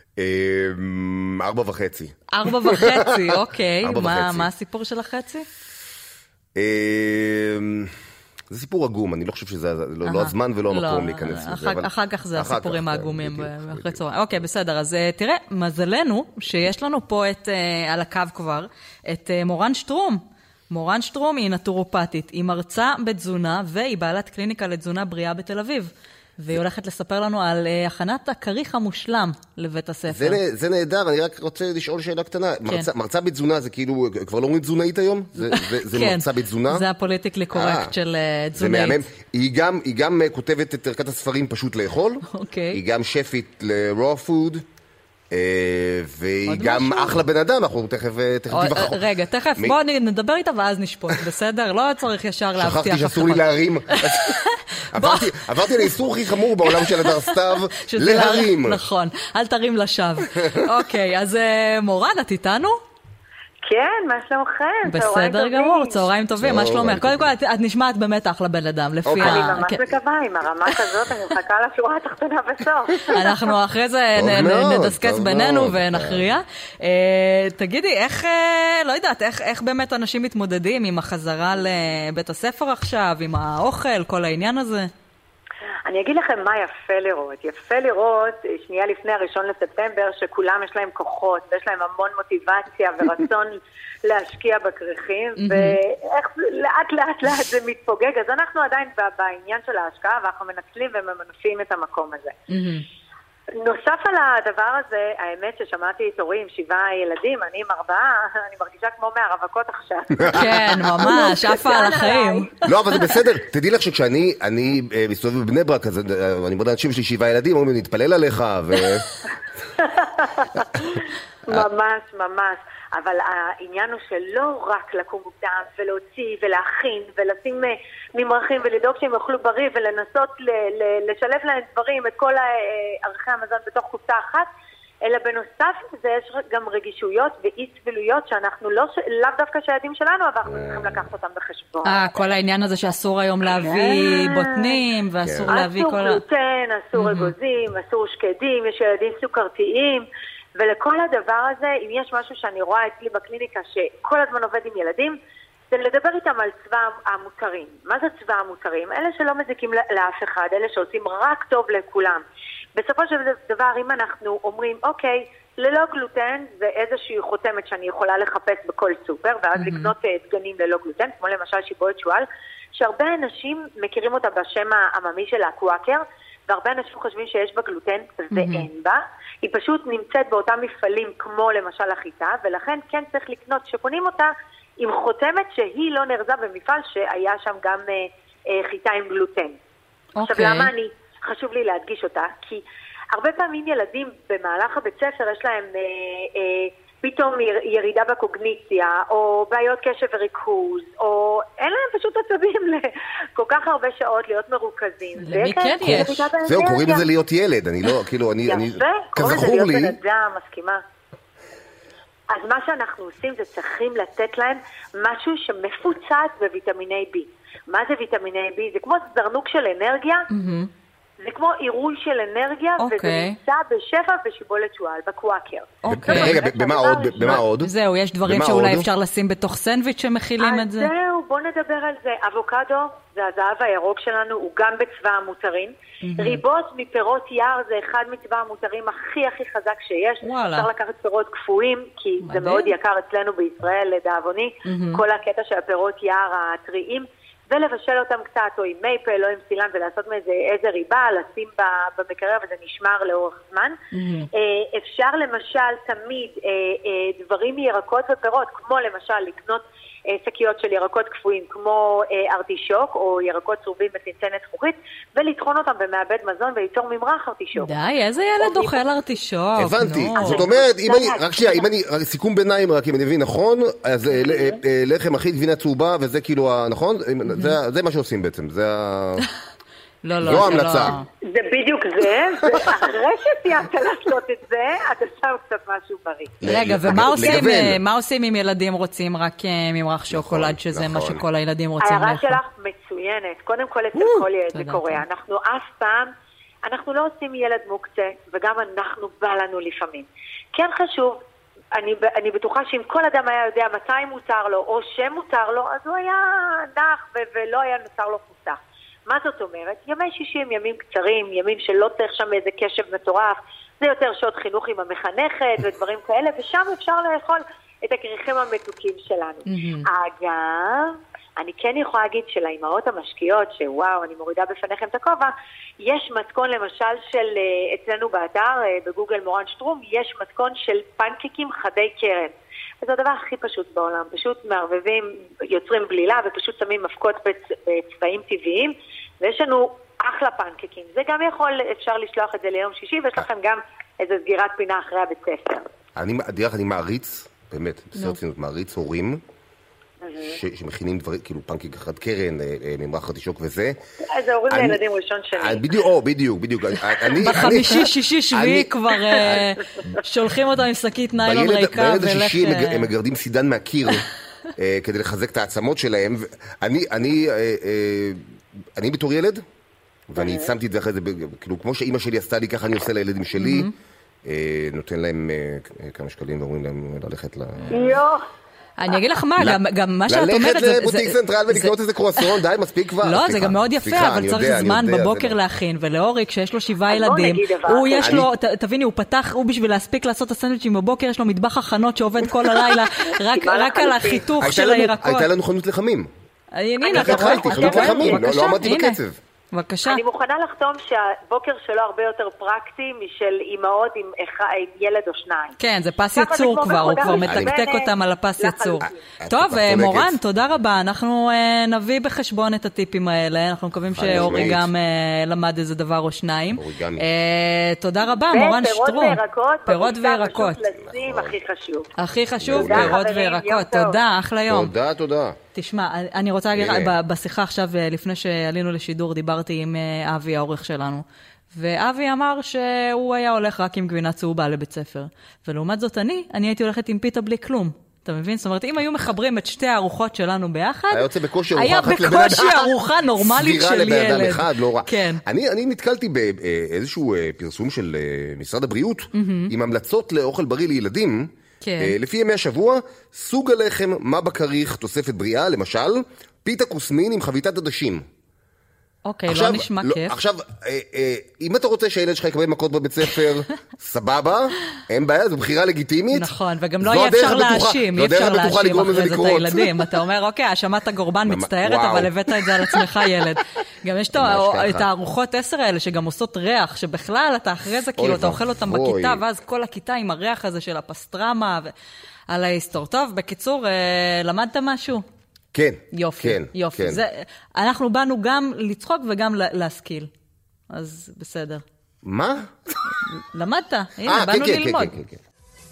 ארבע וחצי. ארבע וחצי, אוקיי. מה הסיפור של החצי? זה סיפור עגום, אני לא חושב שזה לא הזמן ולא המקום להיכנס לזה. אחר כך זה הסיפורים העגומים אחרי צהריים. אוקיי, בסדר, אז תראה, מזלנו שיש לנו פה על הקו כבר את מורן שטרום. מורן שטרום היא נטורופטית, היא מרצה בתזונה והיא בעלת קליניקה לתזונה בריאה בתל אביב. והיא הולכת לספר לנו על הכנת הכריך המושלם לבית הספר. זה נהדר, אני רק רוצה לשאול שאלה קטנה. מרצה בתזונה זה כאילו, כבר לא אומרים תזונאית היום? זה מרצה בתזונה? זה הפוליטיקלי קורקט של תזונאית. זה מהמם. היא גם כותבת את ערכת הספרים פשוט לאכול. היא גם שפית ל-raw food. והיא גם אחלה בן אדם, אנחנו תכף תיווכחו. רגע, תכף, בואו נדבר איתה ואז נשפוט, בסדר? לא צריך ישר להבטיח. שכחתי שאסור לי להרים. עברתי לאיסור הכי חמור בעולם של הדר סתיו, להרים. נכון, אל תרים לשווא. אוקיי, אז מורן, את איתנו? כן, מה שלומכם? בסדר גמור, צהריים טובים, מה שלומך? קודם כל, את נשמעת באמת אחלה בן אדם, לפי ה... אני ממש מקווה, עם הרמה כזאת, אני מחכה לשורה התחתונה בסוף. אנחנו אחרי זה נדסקס בינינו ונכריע. תגידי, איך, לא יודעת, איך באמת אנשים מתמודדים עם החזרה לבית הספר עכשיו, עם האוכל, כל העניין הזה? אני אגיד לכם מה יפה לראות. יפה לראות, שנייה לפני הראשון לספטמבר, שכולם יש להם כוחות, ויש להם המון מוטיבציה ורצון להשקיע בכריכים, ואיך לאט לאט לאט זה מתפוגג. אז אנחנו עדיין בעניין של ההשקעה, ואנחנו מנצלים וממנפים את המקום הזה. נוסף על הדבר הזה, האמת ששמעתי את הורים, שבעה ילדים, אני עם ארבעה, אני מרגישה כמו מהרווקות עכשיו. כן, ממש, אף על החיים. לא, אבל זה בסדר. תדעי לך שכשאני אני מסתובב בבני ברק, אז אני מודה אנשים שלי שבעה ילדים, אומרים, נתפלל עליך, ו... ממש, ממש. אבל העניין הוא שלא רק לקום מוקדם ולהוציא ולהכין ולשים ממרחים ולדאוג שהם יאכלו בריא ולנסות לשלב להם דברים, את כל ערכי המזון בתוך קופסה אחת, אלא בנוסף לזה יש גם רגישויות ואי סבילויות שאנחנו לא, לאו דווקא שהילדים שלנו, אבל אנחנו צריכים לקחת אותם בחשבון. אה, כל העניין הזה שאסור היום להביא בוטנים ואסור להביא כל... אסור גלוטן, אסור אגוזים, אסור שקדים, יש ילדים סוכרתיים, ולכל הדבר הזה, אם יש משהו שאני רואה אצלי בקליניקה שכל הזמן עובד עם ילדים, זה לדבר איתם על צבא המותרים. מה זה צבא המותרים? אלה שלא מזיקים לאף אחד, אלה שעושים רק טוב לכולם. בסופו של דבר, אם אנחנו אומרים, אוקיי, ללא גלוטן זה איזושהי חותמת שאני יכולה לחפש בכל סופר, ואז mm-hmm. לקנות דגנים ללא גלוטן, כמו למשל שיבולת שועל, שהרבה אנשים מכירים אותה בשם העממי של הקוואקר, והרבה אנשים חושבים שיש בה גלוטן ואין בה. היא פשוט נמצאת באותם מפעלים כמו למשל החיטה, ולכן כן צריך לקנות שקונים אותה עם חותמת שהיא לא נרזה במפעל שהיה שם גם אה, אה, חיטה עם גלוטן. Okay. עכשיו למה אני, חשוב לי להדגיש אותה? כי הרבה פעמים ילדים במהלך הבית ספר יש להם אה, אה, פתאום ירידה בקוגניציה, או בעיות קשב וריכוז, או אין להם פשוט עצבים לכל כך הרבה שעות להיות מרוכזים. למי כן יש? זהו, קוראים לזה להיות ילד, אני לא, כאילו, אני, אני, כזכור לי. להיות בן אדם, מסכימה. אז מה שאנחנו עושים זה צריכים לתת להם משהו שמפוצץ בוויטמיני בי. מה זה ויטמיני בי? זה כמו זרנוק של אנרגיה, זה כמו עירוי של אנרגיה, okay. וזה נמצא בשפע ושיבולת שועל, בקוואקר. אוקיי. Okay. רגע, במה עוד? במה עוד? זהו, יש דברים שאולי אפשר לשים בתוך סנדוויץ' שמכילים את זה? אז זהו, בוא נדבר על זה. אבוקדו, זה הזהב הירוק שלנו, הוא גם בצבא המותרים. ריבות מפירות יער זה אחד מצבא המותרים הכי הכי חזק שיש. אפשר לקחת פירות קפואים, כי זה מאוד יקר אצלנו בישראל, לדאבוני. כל הקטע של הפירות יער הטריים. ולבשל אותם קצת, או עם מייפל, או עם סילן, ולעשות מאיזה איזה ריבה, לשים במקרר, וזה נשמר לאורך זמן. Mm-hmm. אפשר למשל תמיד דברים מירקות ופירות, כמו למשל לקנות שקיות של ירקות קפואים, כמו ארטישוק, או ירקות צרובים בצנצנת זכוכית, ולטחון אותם במעבד מזון, וליצור ממרח ארטישוק. די, איזה ילד אוכל ארטישוק. הבנתי. זאת אומרת, אם אני, רק שנייה, אם אני, סיכום ביניים, רק אם אני מבין נכון, אז לחם אחיד, גבינה צהובה, וזה כאילו, נכון? זה מה שעושים בעצם, זה ה... לא, לא, זו המלצה. זה בדיוק זה, ואחרי שסיימת לעשות את זה, אתה שם קצת משהו בריא. רגע, ומה עושים אם ילדים רוצים רק ממרח שוקולד, שזה מה שכל הילדים רוצים לאכול? ההערה שלך מצוינת. קודם כל אצל כל ילד זה קורה. אנחנו אף פעם, אנחנו לא עושים ילד מוקצה, וגם אנחנו בא לנו לפעמים. כן חשוב, אני, אני בטוחה שאם כל אדם היה יודע מתי מותר לו, או שמותר לו, אז הוא היה נח ולא היה נוצר לו פוסח. מה זאת אומרת? ימי שישים, ימים קצרים, ימים שלא צריך שם איזה קשב מטורף, זה יותר שעות חינוך עם המחנכת ודברים כאלה, ושם אפשר לאכול את הכריכים המתוקים שלנו. Mm-hmm. אגב, אני כן יכולה להגיד שלאימהות המשקיעות, שוואו, אני מורידה בפניכם את הכובע, יש מתכון למשל של, אצלנו באתר, בגוגל מורן שטרום, יש מתכון של פנקקים חדי קרן. וזה הדבר הכי פשוט בעולם, פשוט מערבבים, יוצרים בלילה ופשוט שמים מפקות בצ... בצבעים טבעיים, ויש לנו אחלה פנקקים. זה גם יכול, אפשר לשלוח את זה ליום שישי, ויש לכם גם איזו סגירת פינה אחרי הבית ספר. אני, דרך, אני מעריץ, באמת, בסרצינות, מעריץ הורים, שמכינים דברים, כאילו פנקיק אחד קרן, ממרח חתישוק וזה. אז ההורים לילדים ראשון שני. בדיוק, או, בדיוק, בדיוק. בחמישי, שישי, שביעי כבר שולחים אותם עם שקית ניילון ריקה. בילד השישי הם מגרדים סידן מהקיר כדי לחזק את העצמות שלהם. אני בתור ילד, ואני שמתי את זה אחרי זה, כאילו כמו שאימא שלי עשתה לי, ככה אני עושה לילדים שלי, נותן להם כמה שקלים ואומרים להם ללכת ל... יו! אני אגיד לך מה, גם מה שאת אומרת... ללכת לבוטיק סנטרל ולקנות איזה קרואסון, די, מספיק כבר. לא, זה גם מאוד יפה, אבל צריך זמן בבוקר להכין, ולאורי, כשיש לו שבעה ילדים, הוא יש לו, תביני, הוא פתח, הוא בשביל להספיק לעשות את הסנדוויצ'ים בבוקר, יש לו מטבח הכנות שעובד כל הלילה, רק על החיתוך של הירקות. הייתה לנו חנות לחמים. הנה, התחלתי, חנות לחמים, לא עמדתי בקצב. בבקשה. אני מוכנה לחתום שהבוקר שלו הרבה יותר פרקטי משל אימהות עם, עם ילד או שניים. כן, זה פס יצור כבר, הוא כבר מתקתק אותם על הפס יצור. טוב, מורן, תודה רבה. אנחנו נביא בחשבון את הטיפים האלה. אנחנו מקווים שאורי גם למד איזה דבר או שניים. תודה רבה, מורן שטרום. פירות וירקות. הכי חשוב. הכי חשוב, פירות וירקות. תודה, אחלה יום. תודה, תודה. תשמע, אני רוצה להגיד, בשיחה עכשיו, לפני שעלינו לשידור, דיברתי עם אבי, העורך שלנו, ואבי אמר שהוא היה הולך רק עם גבינה צהובה לבית ספר, ולעומת זאת אני, אני הייתי הולכת עם פיתה בלי כלום. אתה מבין? זאת אומרת, אם היו מחברים את שתי הארוחות שלנו ביחד, היה יוצא בקושי ארוחה אחת לבן אדם. היה בקושי ארוחה נורמלית של ילד. סבירה לבן אדם אחד, לא רע. כן. אני, אני נתקלתי באיזשהו פרסום של משרד הבריאות, עם המלצות לאוכל בריא לילדים, כן. לפי ימי השבוע, סוג הלחם, מה בכריך, תוספת בריאה, למשל, פיתה קוסמין עם חביתת עדשים. אוקיי, עכשיו, לא נשמע לא, כיף. עכשיו, אה, אה, אם אתה רוצה שהילד שלך יקבל מכות בבית ספר, סבבה, אין בעיה, זו בחירה לגיטימית. נכון, וגם לא יהיה אפשר להאשים, אי אפשר להאשים אחרי זה את הילדים. אתה אומר, אוקיי, האשמת הגורבן מצטערת, אבל הבאת את זה על עצמך ילד. גם יש את הארוחות עשר האלה, שגם עושות ריח, שבכלל אתה אחרי זה, כאילו אתה אוכל אותם בכיתה, ואז כל הכיתה עם הריח הזה של הפסטרמה, על ההיסטור. טוב, בקיצור, למדת משהו? כן. יופי, כן, יופי. כן. זה, אנחנו באנו גם לצחוק וגם להשכיל. אז בסדר. מה? למדת, הנה, באנו כן, ללמוד. כן, כן, כן.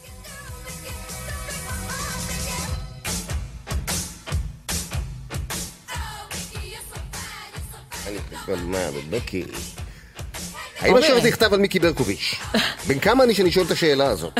אני חושב מה, בבקי. האם השאר תכתב על מיקי ברקוביץ'? בין כמה אני שאני שואל את השאלה הזאת?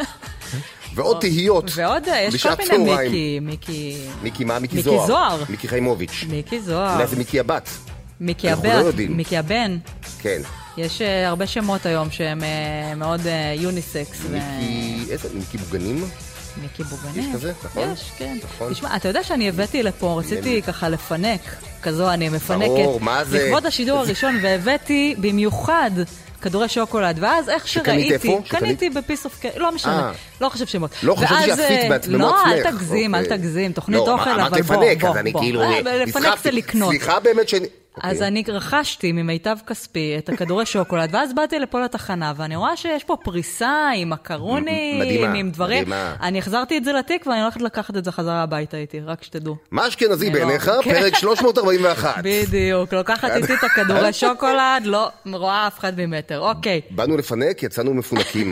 ועוד תהיות. ועוד, יש כל מיני מיקי, מיקי... מיקי מה? מיקי זוהר. זוהר. מיקי חיימוביץ'. מיקי זוהר. אולי זה מיקי הבת. מיקי הבת, מיקי הבן. כן. יש הרבה שמות היום שהם מאוד יוניסקס. מיקי, איזה? מיקי בוגנים? מיקי בוגנים. יש כזה, נכון? יש, כן. תשמע, אתה יודע שאני הבאתי לפה, רציתי ככה לפנק, כזו אני מפנקת. ברור, מה זה? לכבוד השידור הראשון, והבאתי במיוחד כדורי שוקולד, ואז איך שראיתי, קניתי בפיס אוף קייק, לא משנה, לא חושב שמות. לא חושב שעשית בעצמם לא, עצמך. אל תגזים, אל תגזים, תוכנית אוכל, אבל בוא, אמרת לפנק, אז אני כאילו... לפנק זה לקנות. סליחה באמת שאני... אז אני רכשתי ממיטב כספי את הכדורי שוקולד, ואז באתי לפה לתחנה, ואני רואה שיש פה פריסה עם מקרונים, עם דברים. אני החזרתי את זה לתיק, ואני הולכת לקחת את זה חזרה הביתה איתי, רק שתדעו. מה אשכנזי בעיניך? פרק שלוש מאות ארבעים ואחת. בדיוק, לוקחת איתי את הכדורי שוקולד, לא רואה אף אחד ממטר, אוקיי. באנו לפנק, יצאנו מפונקים.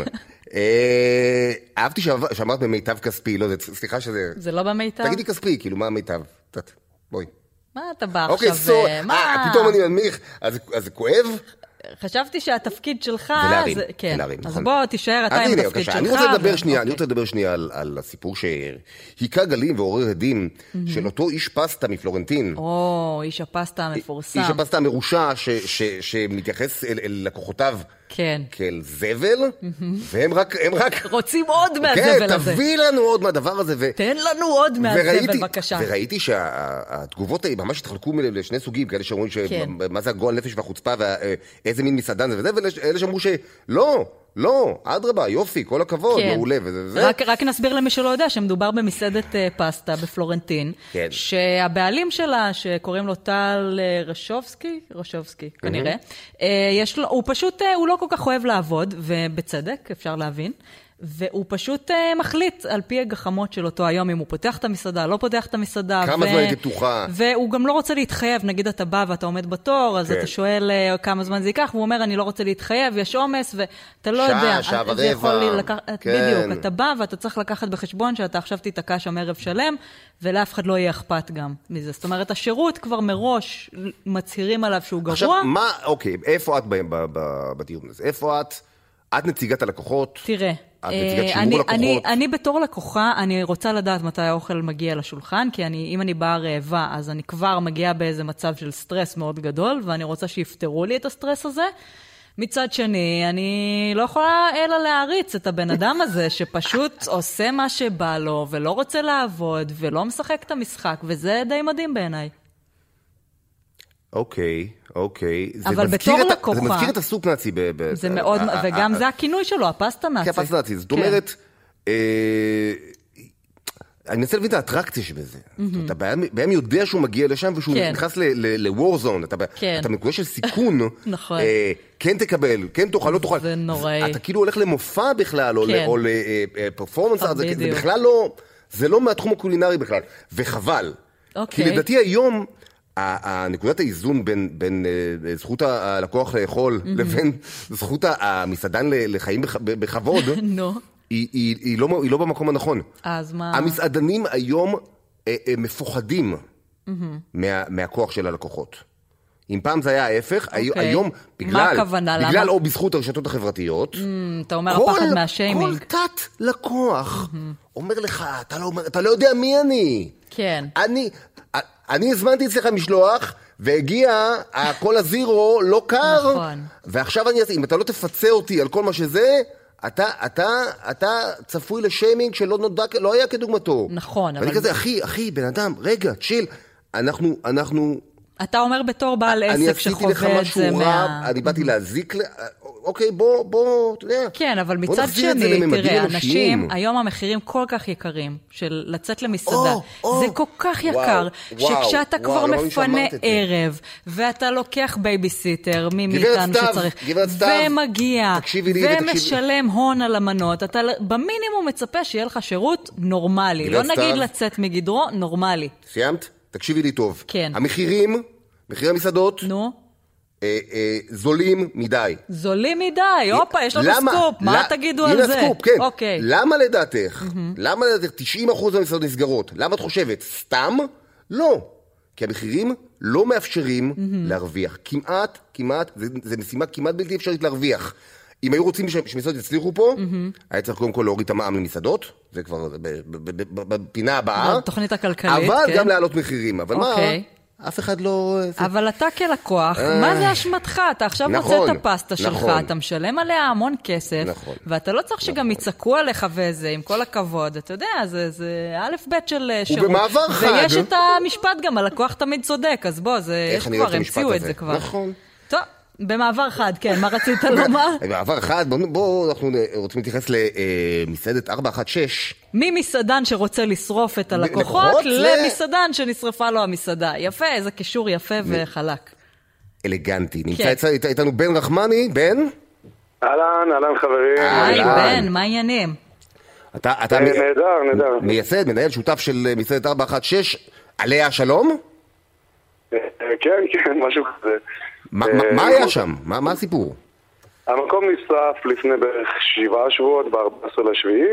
אהבתי שאמרת במיטב כספי, לא, סליחה שזה... זה לא במיטב? תגידי כספי, כאילו, מה המיטב? בואי. מה אתה בא עכשיו? אוקיי, סור, אה, פתאום אני מנמיך, אז זה כואב? חשבתי שהתפקיד שלך... זה להרים, כן. זה להרים, אז נכון. בוא, תישאר אתה עם התפקיד שלך. אני רוצה לדבר שנייה, אני רוצה לדבר שנייה על הסיפור שהיכה גלים ועורר הדים של אותו איש פסטה מפלורנטין. או, איש הפסטה המפורסם. איש הפסטה המרושע שמתייחס אל לקוחותיו. כן. כאל זבל, והם רק... רוצים עוד מהזבל הזה. כן, תביא לנו עוד מהדבר הזה. תן לנו עוד מהזבל, בבקשה. וראיתי שהתגובות ממש התחלקו לשני סוגים, כאלה שאומרים שמה זה הגועל נפש והחוצפה, ואיזה מין מסעדן זה וזה, ואלה שאמרו שלא, לא, אדרבה, יופי, כל הכבוד, מעולה. רק נסביר למי שלא יודע שמדובר במסעדת פסטה בפלורנטין, שהבעלים שלה, שקוראים לו טל רשובסקי, רשובסקי, כנראה, הוא פשוט, הוא לא כל כך אוהב לעבוד, ובצדק, אפשר להבין, והוא פשוט uh, מחליט על פי הגחמות של אותו היום, אם הוא פותח את המסעדה, לא פותח את המסעדה. כמה ו... זמן הייתי פתוחה. והוא גם לא רוצה להתחייב, נגיד אתה בא ואתה עומד בתור, אז כן. אתה שואל uh, כמה זמן זה ייקח, והוא אומר, אני לא רוצה להתחייב, יש עומס, ואתה לא שעה, יודע. שעה ורבע. לקח... כן. בדיוק, אתה בא ואתה צריך לקחת בחשבון שאתה עכשיו תתעקע שם ערב שלם, ולאף אחד לא יהיה אכפת גם מזה. זאת אומרת, השירות כבר מראש מצהירים עליו שהוא גרוע. עכשיו, מה, אוקיי, איפה את בדיון הזה? איפה את? את נציגת הלקוחות? תראה. את נציגת שימור לקוחות? אני, אני בתור לקוחה, אני רוצה לדעת מתי האוכל מגיע לשולחן, כי אני, אם אני באה רעבה, אז אני כבר מגיעה באיזה מצב של סטרס מאוד גדול, ואני רוצה שיפתרו לי את הסטרס הזה. מצד שני, אני לא יכולה אלא להריץ את הבן אדם הזה, שפשוט עושה מה שבא לו, ולא רוצה לעבוד, ולא משחק את המשחק, וזה די מדהים בעיניי. אוקיי, אוקיי. אבל בתור לקוחה... זה מזכיר את הסופ נאצי. זה מאוד, וגם זה הכינוי שלו, הפסטה נאצי. כן, הפסטה נאצי. זאת אומרת, אני מנסה להבין את האטרקציה שבזה. אתה בעצם יודע שהוא מגיע לשם, ושהוא נכנס ל-war zone. אתה מקווה של סיכון. נכון. כן תקבל, כן תאכל, לא תאכל. זה נוראי. אתה כאילו הולך למופע בכלל, או לפרפורמנס, זה בכלל לא, זה לא מהתחום הקולינרי בכלל. וחבל. כי לדעתי היום, הנקודת האיזון בין, בין זכות הלקוח לאכול לבין זכות המסעדן לחיים בכבוד, היא, היא, היא, לא, היא לא במקום הנכון. אז מה? המסעדנים היום מפוחדים מה, מהכוח של הלקוחות. אם פעם זה היה ההפך, היום, בגלל, בגלל או בזכות הרשתות החברתיות, אתה אומר הפחד מהשיימינג. כל תת לקוח אומר לך, אתה לא, אתה לא יודע מי אני. כן. אני... אני הזמנתי אצלך משלוח, והגיע כל הזירו לא קר, נכון. ועכשיו אני, אם אתה לא תפצה אותי על כל מה שזה, אתה, אתה, אתה צפוי לשיימינג שלא נודע, לא היה כדוגמתו. נכון, אבל... ואני כזה, אחי, אחי, בן אדם, רגע, צ'יל, אנחנו, אנחנו... אתה אומר בתור בעל עסק שחווה את זה מה... אני באתי להזיק, אוקיי, בוא, בוא, אתה יודע. כן, אבל מצד שני, תראה, אנשים, היום המחירים כל כך יקרים, של לצאת למסעדה, זה כל כך יקר, שכשאתה כבר מפנה ערב, ואתה לוקח בייביסיטר, מי מאיתנו שצריך, ומגיע, ומשלם הון על המנות, אתה במינימום מצפה שיהיה לך שירות נורמלי, לא נגיד לצאת מגדרו, נורמלי. סיימת? תקשיבי לי טוב. כן. המחירים, מחירי המסעדות, נו. אה, אה, זולים מדי. זולים מדי, הופה, יש לנו למה, סקופ, מה לה, תגידו על זה? סקופ, כן. אוקיי. למה לדעתך? Mm-hmm. למה לדעתך תשעים אחוז מהמסעדות נסגרות? למה את חושבת? סתם? לא. כי המחירים לא מאפשרים mm-hmm. להרוויח. כמעט, כמעט, זה, זה משימה כמעט בלתי אפשרית להרוויח. אם היו רוצים שמסעדות יצליחו פה, mm-hmm. היה צריך קודם כל להוריד את המע"מ למסעדות, זה כבר בפינה הבאה. בתוכנית הכלכלית, אבל כן. גם להעלות מחירים. אבל אוקיי. מה? אף אחד לא... אבל אתה כלקוח, מה זה אשמתך? אתה עכשיו מוצא את הפסטה שלך, אתה משלם עליה המון כסף, ואתה לא צריך שגם יצעקו עליך וזה, עם כל הכבוד. אתה יודע, זה א' ב' של שירות. ובמעבר חד. ויש את המשפט גם, הלקוח תמיד צודק, אז בוא, יש כבר, המציאו את זה כבר. נכון. טוב. במעבר חד, כן, מה רצית לומר? במעבר חד, בואו, אנחנו רוצים להתייחס למסעדת ארבע אחת שש. ממסעדן שרוצה לשרוף את הלקוחות, למסעדן שנשרפה לו המסעדה. יפה, איזה קישור יפה וחלק. אלגנטי. נמצא איתנו בן רחמני, בן? אהלן, אהלן חברים. היי, בן, מה העניינים? אתה נהדר, נהדר. מייסד, מנהל שותף של מסעדת ארבע אחת שש, עליה שלום? כן, כן, משהו כזה. מה היה שם? מה הסיפור? המקום נשרף לפני בערך שבעה שבועות, ב-ארבעה עשר לשביעי.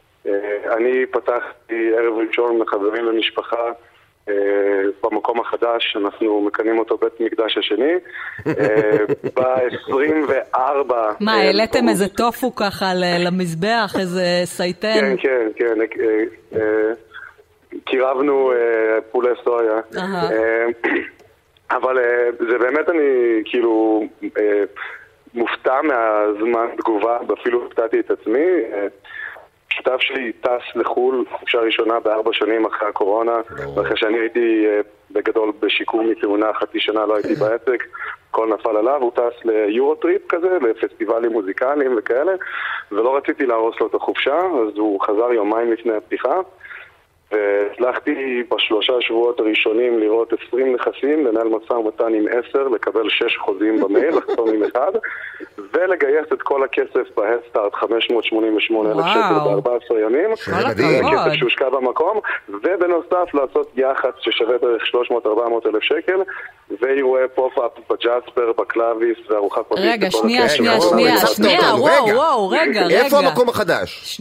אני פתחתי ערב ראשון לחברים ומשפחה במקום החדש, אנחנו מקנים אותו בית מקדש השני. ב-עשרים וארבע... מה, העליתם איזה טופו ככה למזבח, איזה סייטן? כן, כן, כן. קירבנו פולי סויה. אבל זה באמת אני כאילו מופתע מהזמן תגובה, אפילו הפתעתי את עצמי. שותף שלי טס לחול, חופשה ראשונה בארבע שנים אחרי הקורונה, ואחרי שאני הייתי בגדול בשיקום מתאונה חצי שנה, לא הייתי בעסק, הכל נפל עליו, הוא טס ליורוטריפ כזה, לפסטיבלים מוזיקליים וכאלה, ולא רציתי להרוס לו את החופשה, אז הוא חזר יומיים לפני הפתיחה, והצלחתי בשלושה שבועות הראשונים לראות עשרים נכסים, לנהל משא ומתן עם עשר, לקבל שש חוזים במייל, לחתום עם אחד, ולגייס את כל הכסף בהדסטארט, חמש מאות שמונים ושמונה אלף שקל ב-ארבעה עשר ימים. זה הכסף שהושקע במקום, ובנוסף לעשות יח"צ ששווה בערך שלוש מאות עד ארבע מאות אלף שקל, ואירועי פופ-אפ בג'אספר, בקלאביס, וארוחת פרטית. רגע, שנייה, שנייה, שנייה, שנייה, וואו, וואו, רגע, רגע. איפה המקום החדש?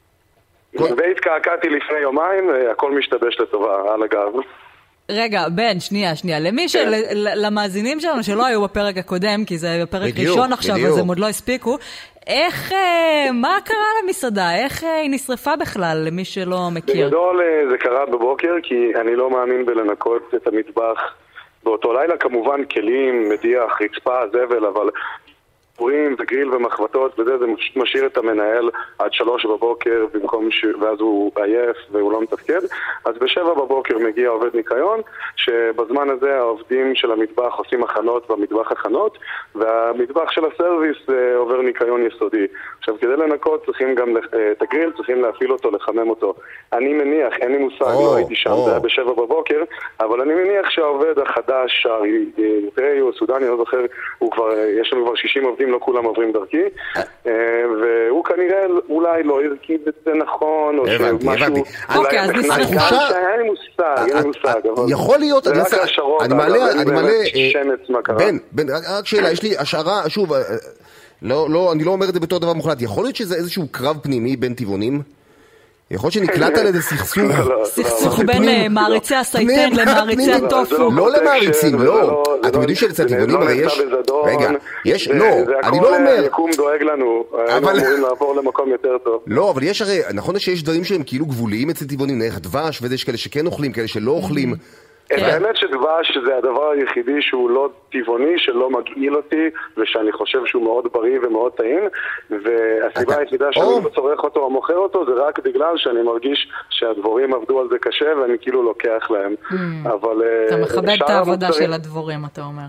והתקעקעתי לפני יומיים, הכל משתבש לטובה, על הגב. רגע, בן, שנייה, שנייה. למי ש... למאזינים שלנו שלא היו בפרק הקודם, כי זה בפרק ראשון עכשיו, אז הם עוד לא הספיקו, איך, מה קרה למסעדה? איך היא נשרפה בכלל, למי שלא מכיר? בגדול זה קרה בבוקר, כי אני לא מאמין בלנקות את המטבח באותו לילה, כמובן כלים, מדיח, רצפה, זבל, אבל פורים וגריל ומחבטות וזה, זה משאיר את המנהל עד שלוש בבוקר במקום ש... ואז הוא עייף והוא לא מתפקד. אז בשבע בבוקר מגיע עובד ניקיון, שבזמן הזה העובדים של המטבח עושים הכנות במטבח הכנות, והמטבח של הסרוויס עובר ניקיון יסודי. עכשיו, כדי לנקות צריכים גם את הגריל, צריכים להפעיל אותו, לחמם אותו. אני מניח, אין לי מושג, oh, לא הייתי שם, oh. זה היה בשבע בבוקר, אבל אני מניח שהעובד החדש, האריתראי או סודני, לא זוכר, הוא כבר, יש לנו כבר שישים עובדים, לא כולם עוברים דרכי, והוא כנראה אולי לא הרכיב את זה נכון, או שמשהו... אוקיי, אז נשרפה. אין לי מושג, אין לי מושג. יכול להיות, זה רק השערות, אני מעלה, אני מעלה... שמץ מה קרה. בן, בן, רק שאלה, יש לי השערה, שוב, לא, לא, אני לא אומר את זה בתור דבר מוחלט, יכול להיות שזה איזשהו קרב פנימי בין טבעונים? יכול להיות שנקלט על איזה סכסוך. סכסוך בין מעריצי הסייטן למעריצי הטופו. לא למעריצים, לא. אתם יודעים שלצד טבעונים הרי יש... רגע, יש... לא, אני לא אומר... זה הכל יקום דואג לנו. היינו אמורים לעבור למקום יותר טוב. לא, אבל יש הרי... נכון שיש דברים שהם כאילו גבוליים אצל טבעונים, נערך דבש, ויש כאלה שכן אוכלים, כאלה שלא אוכלים. באמת שדבש זה הדבר היחידי שהוא לא טבעוני, שלא מגעיל אותי, ושאני חושב שהוא מאוד בריא ומאוד טעים, והסיבה היחידה שאני לא צורך אותו או מוכר אותו, זה רק בגלל שאני מרגיש שהדבורים עבדו על זה קשה, ואני כאילו לוקח להם. אבל... אתה מכבד את העבודה של הדבורים, אתה אומר.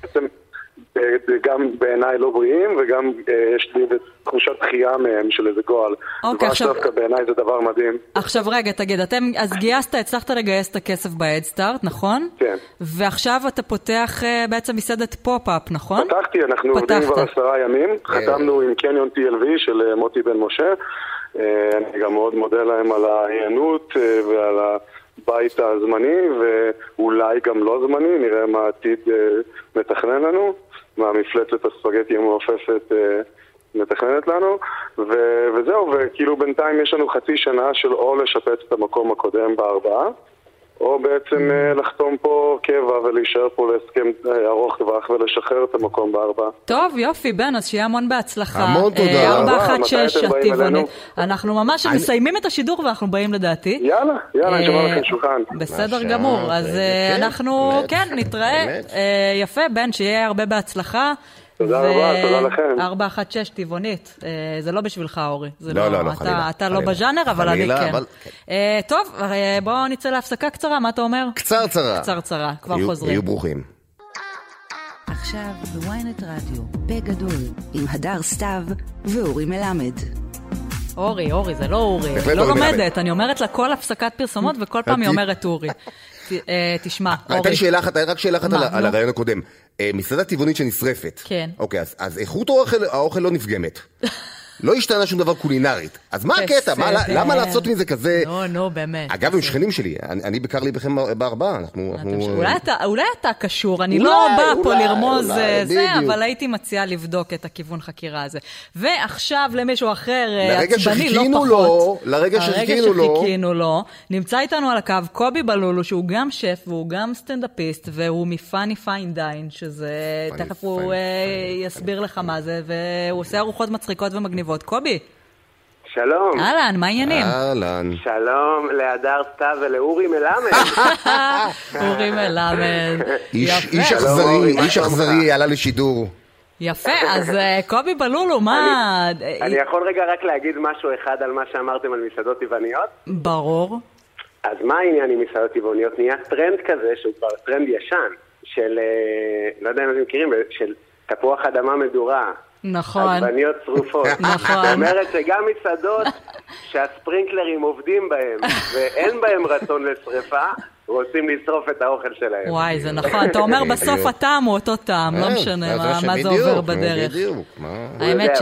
גם בעיניי לא בריאים, וגם יש לי תחושת דחייה מהם של איזה גועל. דבש דווקא בעיניי זה דבר מדהים. עכשיו רגע, תגיד, אתם אז גייסת, הצלחת לגייס את הכסף בהדסטארט, נכון? כן. ועכשיו אתה פותח בעצם מסעדת פופ-אפ, נכון? פתחתי, אנחנו עובדים כבר עשרה ימים, חתמנו עם קניון טי אל וי של מוטי בן משה, אני גם מאוד מודה להם על העיינות ועל הבית הזמני, ואולי גם לא זמני, נראה מה העתיד מתכנן לנו, מה המפלצת הספגטי המעופפת מתכננת לנו, ו- וזהו, וכאילו בינתיים יש לנו חצי שנה של או לשפץ את המקום הקודם בארבעה, או בעצם לחתום פה קבע ולהישאר פה להסכם ארוך טווח ולשחרר את המקום בארבעה. טוב, יופי, בן, אז שיהיה המון בהצלחה. המון תודה. ארבע אחת שש, הטבעונית. אנחנו ממש מסיימים את השידור ואנחנו באים לדעתי. יאללה, יאללה, נשמע לכם שולחן. בסדר גמור, אז אנחנו, כן, נתראה. יפה, בן, שיהיה הרבה בהצלחה. תודה רבה, תודה לכם. ארבע אחת שש טבעונית. זה לא בשבילך, אורי. לא, לא, לא, חלילה. אתה לא בז'אנר, אבל אני כן. טוב, בואו נצא להפסקה קצרה, מה אתה אומר? קצר צרה. קצר צרה, כבר חוזרים. יהיו ברוכים. עכשיו בוויינט רדיו, בגדול, עם הדר סתיו ואורי מלמד. אורי, אורי, זה לא אורי. לא לומדת, אני אומרת לה כל הפסקת פרסומות וכל פעם היא אומרת אורי. תשמע, אורי. הייתה לי שאלה אחת, רק שאלה אחת על הרעיון הקודם. מסעדה טבעונית שנשרפת. כן. אוקיי, אז איכות האוכל לא נפגמת. לא השתנה שום דבר קולינרית. אז מה הקטע? למה לעשות מזה כזה? לא, לא, באמת. אגב, הם שכנים שלי. אני ביקר לי בכם בארבעה. אולי אתה קשור. אני לא באה פה לרמוז זה, אבל הייתי מציעה לבדוק את הכיוון חקירה הזה. ועכשיו למישהו אחר עצבני, לא פחות. לרגע שחיכינו לו. לרגע שחיכינו לו. נמצא איתנו על הקו קובי בלולו, שהוא גם שף והוא גם סטנדאפיסט, והוא מפאני פיין דיין, שזה תכף הוא יסביר לך מה זה, והוא עושה ארוחות מצחיקות ומגניבות. קובי. שלום. אהלן, מה העניינים? אהלן. שלום להדר סתיו ולאורי מלמד. אורי מלמד. איש אכזרי, איש אכזרי עלה לשידור. יפה, אז קובי בלולו, מה... אני יכול רגע רק להגיד משהו אחד על מה שאמרתם על מסעדות טבעוניות? ברור. אז מה העניין עם מסעדות טבעוניות? נהיה טרנד כזה, שהוא כבר טרנד ישן, של, לא יודע אם אתם מכירים, של תפוח אדמה מדורה. נכון. עגבניות צרופות. נכון. זאת אומרת שגם מסעדות שהספרינקלרים עובדים בהם, ואין בהם רצון לשריפה, רוצים לשרוף את האוכל שלהם. וואי, זה נכון. אתה אומר בסוף הטעם הוא אותו טעם, לא משנה מה זה עובר בדרך. האמת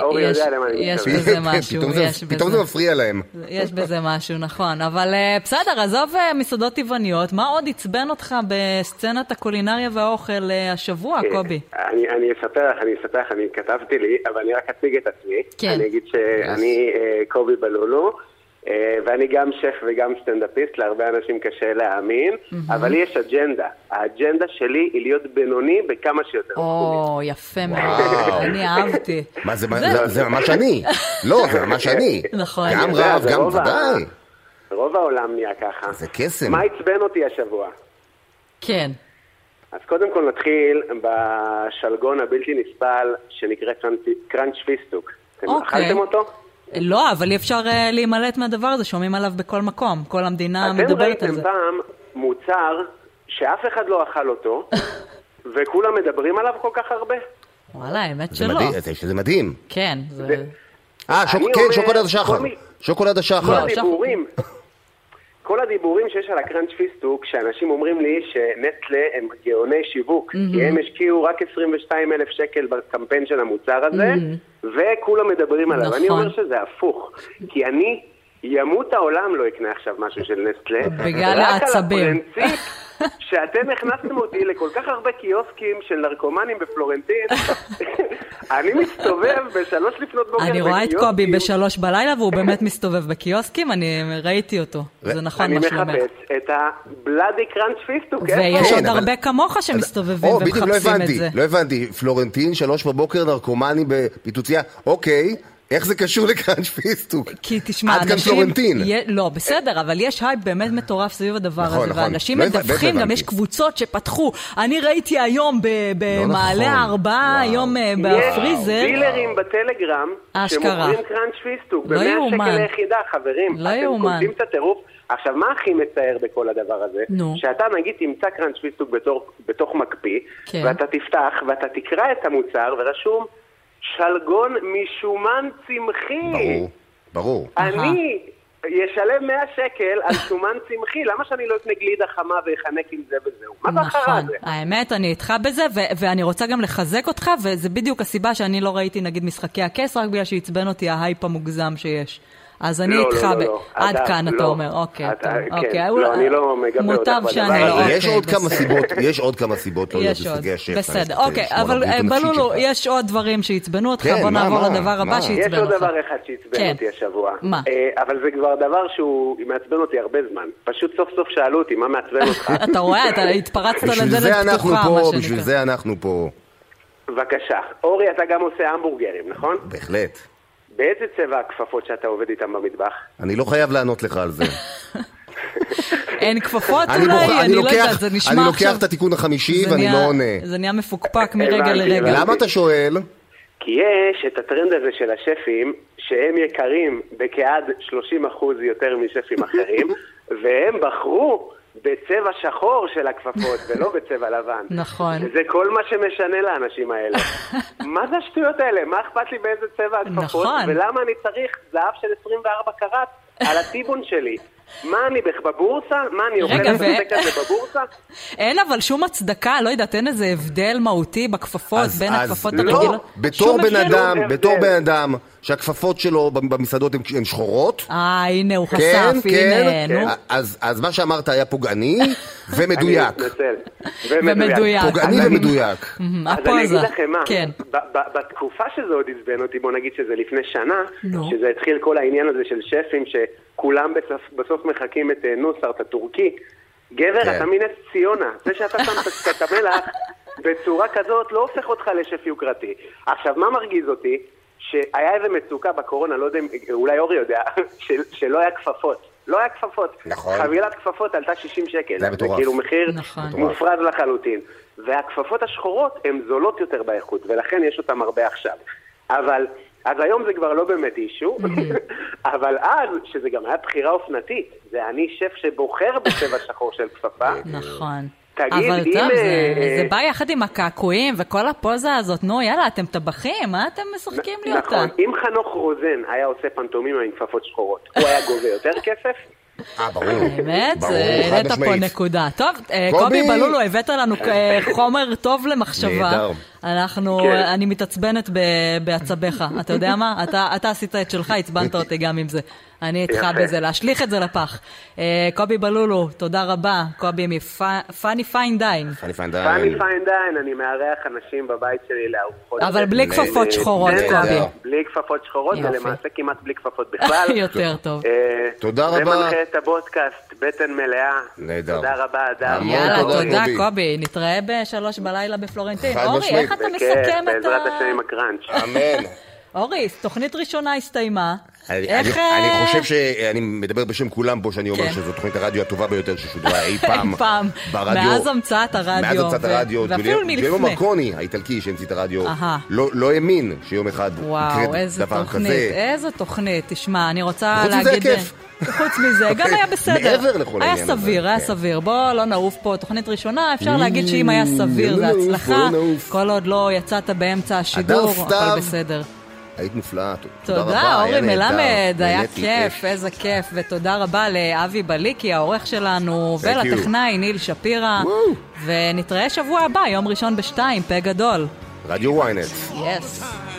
שיש בזה משהו. פתאום זה מפריע להם. יש בזה משהו, נכון. אבל בסדר, עזוב מסעדות טבעוניות. מה עוד עצבן אותך בסצנת הקולינריה והאוכל השבוע, קובי? אני אספר לך, אני אספר לך, אני כתבתי לי, אבל אני רק אציג את עצמי. אני אגיד שאני קובי בלולו. ואני גם שף וגם סטנדאפיסט, להרבה אנשים קשה להאמין, אבל לי יש אג'נדה. האג'נדה שלי היא להיות בינוני בכמה שיותר. או, יפה מאוד, אני אהבתי. מה, זה ממש אני. לא, זה ממש אני. נכון. גם רב, גם ודאי. רוב העולם נהיה ככה. זה קסם. מה עצבן אותי השבוע? כן. אז קודם כל נתחיל בשלגון הבלתי נסבל שנקרא קראנץ' פיסטוק. אתם אכלתם אותו? לא, אבל אי אפשר להימלט מהדבר הזה, שומעים עליו בכל מקום, כל המדינה מדברת על זה. אתם ראיתם פעם מוצר שאף אחד לא אכל אותו, וכולם מדברים עליו כל כך הרבה? וואלה, האמת שלא. זה מדהים. כן. אה, כן, שוקולד השחר. שוקולד השחר. כל הדיבורים, כל הדיבורים שיש על הקראנץ' פיסטוק, שאנשים אומרים לי שנטלה הם גאוני שיווק, כי הם השקיעו רק עשרים ושניים אלף שקל בקמפיין של המוצר הזה, וכולם מדברים עליו. אני אומר שזה הפוך, כי אני, ימות העולם לא יקנה עכשיו משהו של נטלה, בגלל העצבים. רק על הפרינציפ שאתם הכנסתם אותי לכל כך הרבה קיוסקים של נרקומנים בפלורנטין, אני מסתובב בשלוש לפנות בוקר אני רואה את קובי בשלוש בלילה, והוא באמת מסתובב בקיוסקים, אני ראיתי אותו. זה נכון מה שהוא אומר. אני מחפש את הבלאדי קראנץ' פיסטוק. ויש עוד הרבה כמוך שמסתובבים ומחפשים את זה. לא הבנתי, פלורנטין, שלוש בבוקר, נרקומנים בפיתוציה, אוקיי. איך זה קשור לקראנץ' פיסטוק? כי תשמע, אנשים... לא, בסדר, אבל יש הייפ באמת מטורף סביב הדבר הזה, ואנשים מדווחים, גם יש קבוצות שפתחו. אני ראיתי היום במעלה הארבעה, היום בפריזר. יש דילרים בטלגרם שמוכרים קראנץ' פיסטוק, ב-מאה שקל ליחידה, חברים. לא יאומן. אתם קולטים את הטירוף. עכשיו, מה הכי מצער בכל הדבר הזה? שאתה נגיד תמצא קראנץ' פיסטוק בתוך מקפיא, ואתה תפתח, ואתה תקרא את המוצר, ורשום שלגון משומן צמחי. ברור, ברור. אני ישלם מאה שקל על שומן צמחי, למה שאני לא אקנה גלידה חמה ויחנק עם זה וזהו? מה בחרה זה? האמת, אני איתך בזה, ואני רוצה גם לחזק אותך, וזה בדיוק הסיבה שאני לא ראיתי נגיד משחקי הכס, רק בגלל שהצבן אותי ההייפ המוגזם שיש. אז אני איתך, עד כאן אתה אומר, אוקיי, אוקיי. לא, אני לא מגבה אותך. מוטב שאני לא, אוקיי. יש עוד כמה סיבות, יש עוד כמה סיבות לא להיות משחקי השף. בסדר, אוקיי, אבל בלולו, יש עוד דברים שהצבנו אותך, בוא נעבור לדבר הבא שהצבנו אותך. יש עוד דבר אחד שהצבנו אותי השבוע. מה? אבל זה כבר דבר שהוא מעצבן אותי הרבה זמן. פשוט סוף סוף שאלו אותי, מה מעצבן אותך? אתה רואה, אתה התפרצת לדלת פתוחה, מה שנקרא. בשביל זה אנחנו פה. בבקשה. אורי, אתה גם עושה המבורגרים, נכון? בהחלט. באיזה צבע הכפפות שאתה עובד איתם במטבח? אני לא חייב לענות לך על זה. אין כפפות אולי? אני לא יודעת, זה נשמע עכשיו... אני לוקח את התיקון החמישי ואני לא עונה. זה נהיה מפוקפק מרגע לרגע. למה אתה שואל? כי יש את הטרנד הזה של השפים, שהם יקרים בכעד שלושים אחוז יותר משפים אחרים, והם בחרו בצבע שחור של הכפפות, ולא בצבע לבן. נכון. וזה כל מה שמשנה לאנשים האלה. מה זה השטויות האלה? מה אכפת לי באיזה צבע הכפפות? נכון. ולמה אני צריך זהב של עשרים וארבע קראט על הטיבון שלי? מה אני בבורסה? מה אני אוכל את זה כזה בבורסה? אין אבל שום הצדקה, לא יודעת, אין איזה הבדל מהותי בכפפות בין הכפפות הרגילות. בתור בן אדם, בתור בן אדם, שהכפפות שלו במסעדות הן שחורות. אה, הנה, הוא חשף, הנה, נו. אז מה שאמרת היה פוגעני ומדויק. ומדויק. פוגעני ומדויק. אז אני אגיד לכם מה, בתקופה שזה עוד הזבן אותי, בוא נגיד שזה לפני שנה, שזה התחיל כל העניין הזה של שפים שכולם בסוף מחכים את נוסרת הטורקי. גבר, אתה מינס ציונה. זה שאתה שם את המלח בצורה כזאת לא הופך אותך לשף יוקרתי. עכשיו, מה מרגיז אותי? שהיה איזה מצוקה בקורונה, לא יודע, אולי אורי יודע, של, שלא היה כפפות. לא היה כפפות. נכון. חבילת כפפות עלתה שישים שקל. זה מטורף. זה כאילו מחיר נכון. מופרז לחלוטין. והכפפות השחורות הן זולות יותר באיכות, ולכן יש אותן הרבה עכשיו. אבל, אז היום זה כבר לא באמת אישו, אבל אז, שזה גם היה בחירה אופנתית, זה אני שף שבוחר בצבע שחור של כפפה. נכון. תגיד, אבל אם... טוב, זה, זה בא יחד עם הקעקועים וכל הפוזה הזאת, נו יאללה, אתם טבחים, מה אתם משחקים לי אותה? נכון, אם חנוך רוזן היה עושה פנטומימה עם כפפות שחורות, הוא היה גובה יותר כסף? אה, ברור. באמת, העלית פה נקודה. טוב, קובי בלולו, הבאת לנו חומר טוב למחשבה. אנחנו, אני מתעצבנת בעצביך. אתה יודע מה? אתה עשית את שלך, הצבנת אותי גם עם זה. אני איתך בזה, להשליך את זה לפח. קובי בלולו, תודה רבה. קובי מפאני פיין דיין. פאני פיין דיין. פאני פיין דיין, אני מארח אנשים בבית שלי לארוחות. אבל בלי כפפות שחורות, קובי. בלי כפפות שחורות, ולמעשה כמעט בלי כפפות בכלל. יותר טוב. תודה רבה. ומנחה את הבודקאסט, בטן מלאה. נהדר. תודה רבה, אדם. יאללה, תודה, קובי. נתראה בשלוש בלילה בפלורנטין. אורי, איך אתה מסכם את ה... בעזרת השם עם הקראנץ'. אמן. אורי, תוכנית ראשונה הסתיימה. אני חושב שאני מדבר בשם כולם פה, שאני אומר שזו תוכנית הרדיו הטובה ביותר ששודרה אי פעם. אי פעם. מאז המצאת הרדיו. מאז המצאת הרדיו. ואפילו מלפני. ג'יימו מרקוני, האיטלקי שהמציא את הרדיו, לא האמין שיום אחד יקרה דבר כזה. איזה תוכנית. תשמע, אני רוצה להגיד... חוץ מזה כיף. חוץ מזה, גם היה בסדר. מעבר לכל העניין הזה. היה סביר, היה סביר. בוא לא נעוף פה תוכנית ראשונה, אפשר להגיד שאם היה סביר זה הצלחה. כל עוד לא יצאת באמצע השידור, הכל בסדר. היית מופלאה, תודה רבה. תודה, אורי מלמד, היה כיף, איזה כיף, ותודה רבה לאבי בליקי, העורך שלנו, ולטכנאי ניל שפירה, ונתראה שבוע הבא, יום ראשון בשתיים, פה גדול. רדיו וויינט. יס.